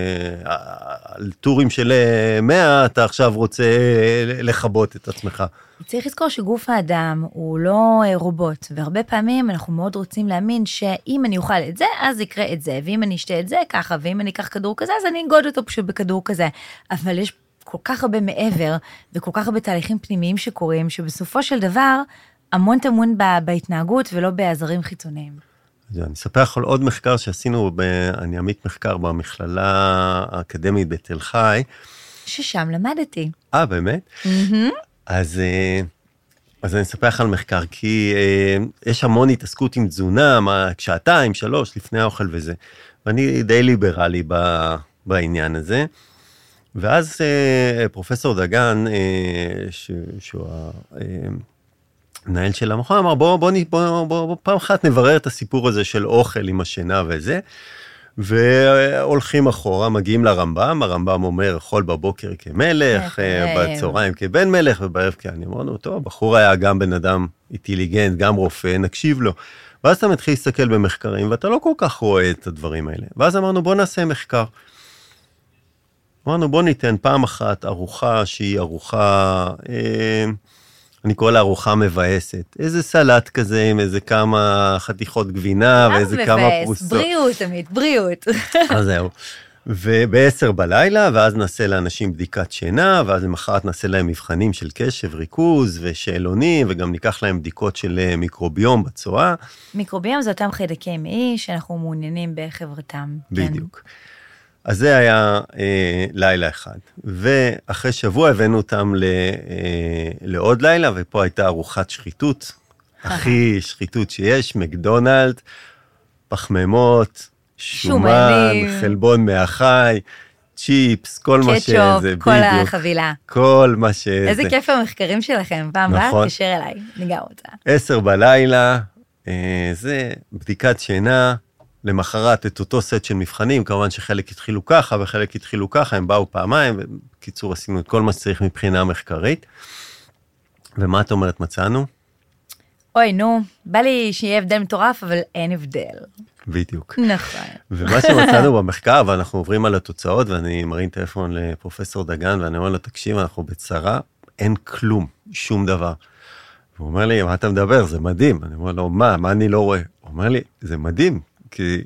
על טורים של מאה, אתה עכשיו רוצה לחבות את עצמך. צריך לזכור שגוף האדם הוא לא רובוט, והרבה פעמים אנחנו מאוד רוצים להאמין שאם אני אוכל את זה, אז יקרה את זה, ואם אני אשתה את זה ככה, ואם אני אקח כדור כזה, אז אני אגוד אותו פשוט בכדור כזה. אבל יש כל כך הרבה מעבר, וכל כך הרבה תהליכים פנימיים שקורים, שבסופו של דבר, המון תמון בהתנהגות ולא בעזרים חיצוניים. אני אספר לך על עוד מחקר שעשינו, אני עמית מחקר במכללה האקדמית בתל חי. ששם למדתי. אה, באמת? אז, אז אני אספר לך על מחקר, כי יש המון התעסקות עם תזונה, שעתיים, שלוש, לפני האוכל וזה. ואני די ליברלי בעניין הזה. ואז פרופסור דגן, שהוא המנהל של המכון, אמר, בוא, בוא, בוא, בוא, בוא, פעם אחת נברר את הסיפור הזה של אוכל עם השינה וזה, והולכים אחורה, מגיעים לרמב"ם, הרמב"ם אומר, אכול בבוקר כמלך, בצהריים כבן מלך, ובערב כאני אמרנו, טוב, בחור היה גם בן אדם אינטליגנט, גם רופא, נקשיב לו. ואז אתה מתחיל להסתכל במחקרים, ואתה לא כל כך רואה את הדברים האלה. ואז אמרנו, בוא נעשה מחקר. אמרנו, בוא ניתן פעם אחת ארוחה שהיא ארוחה, אה, אני קורא לה ארוחה מבאסת. איזה סלט כזה עם איזה כמה חתיכות גבינה ואיזה כמה פרוסות. בריאות, עמית, בריאות. אז זהו. ובעשר בלילה, ואז נעשה לאנשים בדיקת שינה, ואז למחרת נעשה להם מבחנים של קשב, ריכוז ושאלונים, וגם ניקח להם בדיקות של מיקרוביום בצואה. מיקרוביום זה אותם חיידקי מעי שאנחנו מעוניינים בחברתם. בדיוק. כן. אז זה היה אה, לילה אחד, ואחרי שבוע הבאנו אותם ל, אה, לעוד לילה, ופה הייתה ארוחת שחיתות, הכי שחיתות שיש, מקדונלד, פחמימות, שומן, חלבון מהחי, צ'יפס, כל מה שזה, בדיוק. כל החבילה. כל מה שזה. איזה כיף המחקרים שלכם, פעם נכון. באה, תקשר אליי, ניגע אותה. עשר בלילה, אה, זה בדיקת שינה, למחרת את אותו סט של מבחנים, כמובן שחלק התחילו ככה וחלק התחילו ככה, הם באו פעמיים, ובקיצור עשינו את כל מה שצריך מבחינה מחקרית. ומה את אומרת מצאנו? אוי, נו, בא לי שיהיה הבדל מטורף, אבל אין הבדל. בדיוק. נכון. ומה שמצאנו במחקר, ואנחנו עוברים על התוצאות, ואני מרים טלפון לפרופסור דגן, ואני אומר לו, תקשיב, אנחנו בצרה, אין כלום, שום דבר. הוא אומר לי, מה אתה מדבר? זה מדהים. אני אומר לו, מה? מה אני לא רואה? הוא אומר לי, זה מדהים. כי,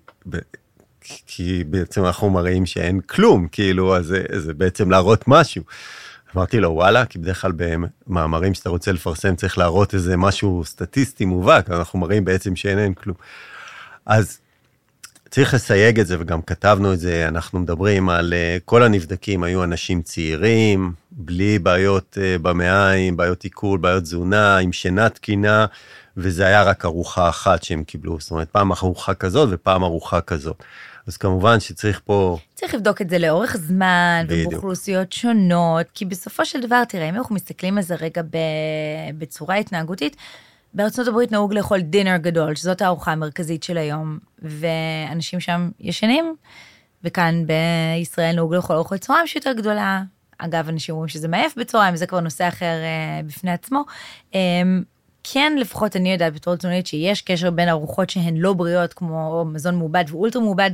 כי בעצם אנחנו מראים שאין כלום, כאילו, אז זה, זה בעצם להראות משהו. אמרתי לו, וואלה, כי בדרך כלל במאמרים שאתה רוצה לפרסם, צריך להראות איזה משהו סטטיסטי מובהק, אנחנו מראים בעצם שאין אין כלום. אז צריך לסייג את זה, וגם כתבנו את זה, אנחנו מדברים על כל הנבדקים, היו אנשים צעירים, בלי בעיות במעיים, בעיות עיכול, בעיות תזונה, עם שינה תקינה, וזה היה רק ארוחה אחת שהם קיבלו, זאת אומרת, פעם ארוחה כזאת ופעם ארוחה כזאת. אז כמובן שצריך פה... צריך לבדוק את זה לאורך זמן, בדיוק. ובאוכלוסיות שונות, כי בסופו של דבר, תראה, אם אנחנו מסתכלים על זה רגע בצורה התנהגותית, בארצות הברית נהוג לאכול דינר גדול, שזאת הארוחה המרכזית של היום, ואנשים שם ישנים, וכאן בישראל נהוג לאכול ארוחת צהריים שיותר גדולה. אגב, אנשים אומרים שזה מעייף בצהריים, זה כבר נושא אחר בפני עצמו. כן, לפחות אני יודעת בתור תזונאית שיש קשר בין ארוחות שהן לא בריאות, כמו מזון מעובד ואולטרה מעובד,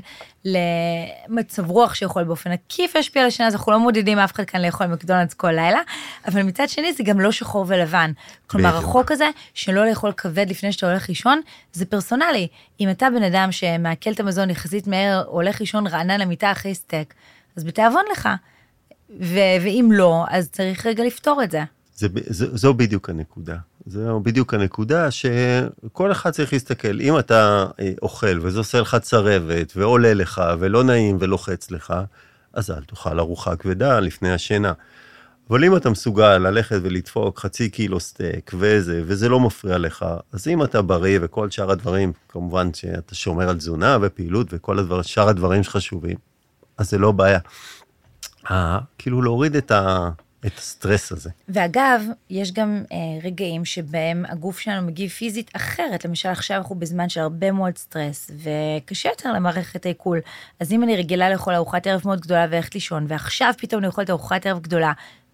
למצב רוח שיכול באופן עקיף להשפיע על השינה, אז אנחנו לא מודדים אף אחד כאן לאכול מקדונלדס כל לילה, אבל מצד שני זה גם לא שחור ולבן. כלומר, החוק הזה שלא לאכול כבד לפני שאתה הולך לישון, זה פרסונלי. אם אתה בן אדם שמעכל את המזון יחסית מהר, הולך לישון רענן למיטה אחרי סטייק, אז בתיאבון לך. ו- ואם לא, אז צריך רגע לפתור את זה. זה, זו, זו בדיוק הנקודה. זו בדיוק הנקודה שכל אחד צריך להסתכל. אם אתה אוכל וזה עושה לך צרבת ועולה לך ולא נעים ולוחץ לך, אז אל תאכל ארוחה כבדה לפני השינה. אבל אם אתה מסוגל ללכת ולדפוק חצי קילו סטייק וזה, וזה לא מפריע לך, אז אם אתה בריא וכל שאר הדברים, כמובן שאתה שומר על תזונה ופעילות וכל הדבר, שאר הדברים שחשובים, אז זה לא בעיה. אה, כאילו להוריד את ה... את הסטרס הזה. ואגב, יש גם אה, רגעים שבהם הגוף שלנו מגיב פיזית אחרת, למשל עכשיו אנחנו בזמן של הרבה מאוד סטרס, וקשה יותר למערכת העיכול, אז אם אני רגילה לאכול ארוחת ערב מאוד גדולה ואיך לישון, ועכשיו פתאום אני אוכלת ארוחת ערב גדולה,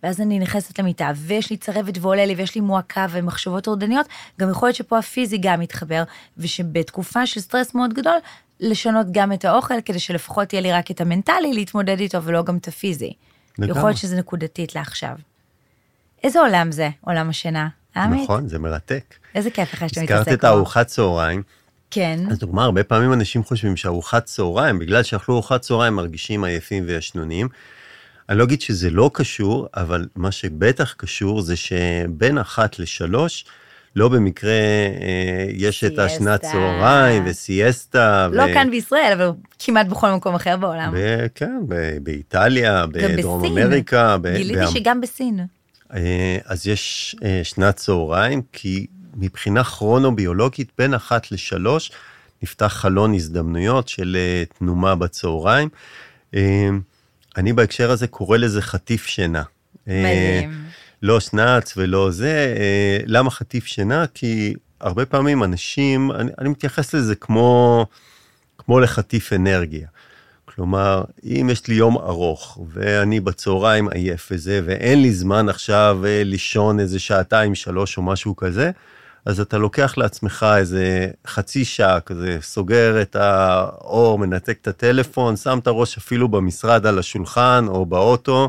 ואז אני נכנסת למיטה, ויש לי צרבת ועולה לי, ויש לי מועקה ומחשבות טורדניות, גם יכול להיות שפה הפיזי גם מתחבר, ושבתקופה של סטרס מאוד גדול, לשנות גם את האוכל, כדי שלפחות יהיה לי רק את המנטלי להתמודד איתו, ולא גם את הפיזי. לגמרי. יכול להיות שזה נקודתית לעכשיו. איזה עולם זה, עולם השינה? עמית? נכון, זה מרתק. איזה כיף לך שאתה מתעסק. הזכרת את הארוחת צהריים. כן. אז דוגמה, הרבה פעמים אנשים חושבים שארוחת צהריים, בגלל שאכלו ארוחת צהריים מרגישים עייפים וישנונים. אני לא אגיד שזה לא קשור, אבל מה שבטח קשור זה שבין אחת לשלוש, לא במקרה אה, יש סיאסטה. את השנת צהריים וסיאסטה. לא ו... כאן בישראל, אבל כמעט בכל מקום אחר בעולם. ב- כן, ב- באיטליה, בדרום אמריקה. ב- גיליתי ב- שגם בסין. אה, אז יש אה, שנת צהריים, כי מבחינה כרונוביולוגית, בין אחת לשלוש, נפתח חלון הזדמנויות של אה, תנומה בצהריים. אה, אני בהקשר הזה קורא לזה חטיף שינה. מדהים. לא שנץ ולא זה. למה חטיף שינה? כי הרבה פעמים אנשים, אני, אני מתייחס לזה כמו, כמו לחטיף אנרגיה. כלומר, אם יש לי יום ארוך, ואני בצהריים עייף וזה, ואין לי זמן עכשיו לישון איזה שעתיים, שלוש או משהו כזה, אז אתה לוקח לעצמך איזה חצי שעה כזה, סוגר את האור, מנתק את הטלפון, שם את הראש אפילו במשרד על השולחן או באוטו,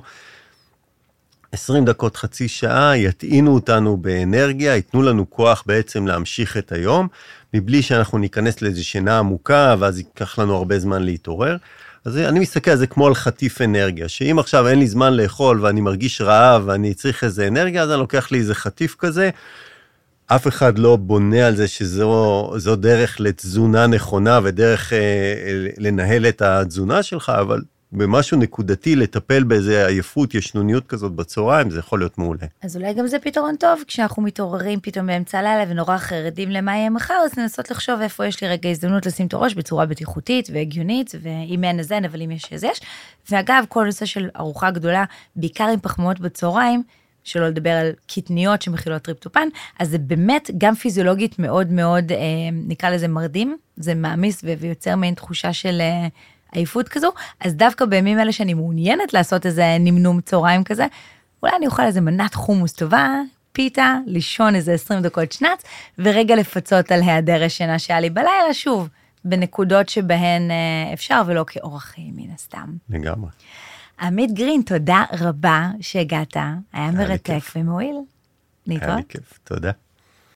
עשרים דקות, חצי שעה, יטעינו אותנו באנרגיה, ייתנו לנו כוח בעצם להמשיך את היום, מבלי שאנחנו ניכנס לאיזו שינה עמוקה, ואז ייקח לנו הרבה זמן להתעורר. אז אני מסתכל על זה כמו על חטיף אנרגיה, שאם עכשיו אין לי זמן לאכול, ואני מרגיש רעב, ואני צריך איזה אנרגיה, אז אני לוקח לי איזה חטיף כזה, אף אחד לא בונה על זה שזו זו דרך לתזונה נכונה, ודרך אה, לנהל את התזונה שלך, אבל במשהו נקודתי לטפל באיזה עייפות, ישנוניות כזאת בצהריים, זה יכול להיות מעולה. אז אולי גם זה פתרון טוב, כשאנחנו מתעוררים פתאום באמצע הלילה, ונורא חרדים למה יהיה מחר, אז ננסות לחשוב איפה יש לי רגע הזדמנות לשים את הראש בצורה בטיחותית והגיונית, ואם אין אז אין, אבל אם יש אז יש. ואגב, כל נושא של ארוחה גדולה, בעיקר עם פחמות בצהריים, שלא לדבר על קטניות שמכילות טריפטופן, אז זה באמת גם פיזיולוגית מאוד מאוד, אה, נקרא לזה מרדים, זה מעמיס ויוצר מעין תחושה של אה, עייפות כזו, אז דווקא בימים אלה שאני מעוניינת לעשות איזה נמנום צהריים כזה, אולי אני אוכל איזה מנת חומוס טובה, פיתה, לישון איזה עשרים דקות שנץ, ורגע לפצות על היעדר השינה שהיה לי בלילה, שוב, בנקודות שבהן אה, אפשר ולא כאורח חיים מן הסתם. לגמרי. עמית גרין, תודה רבה שהגעת, היה מרתק ומועיל. היה לי כיף, תודה.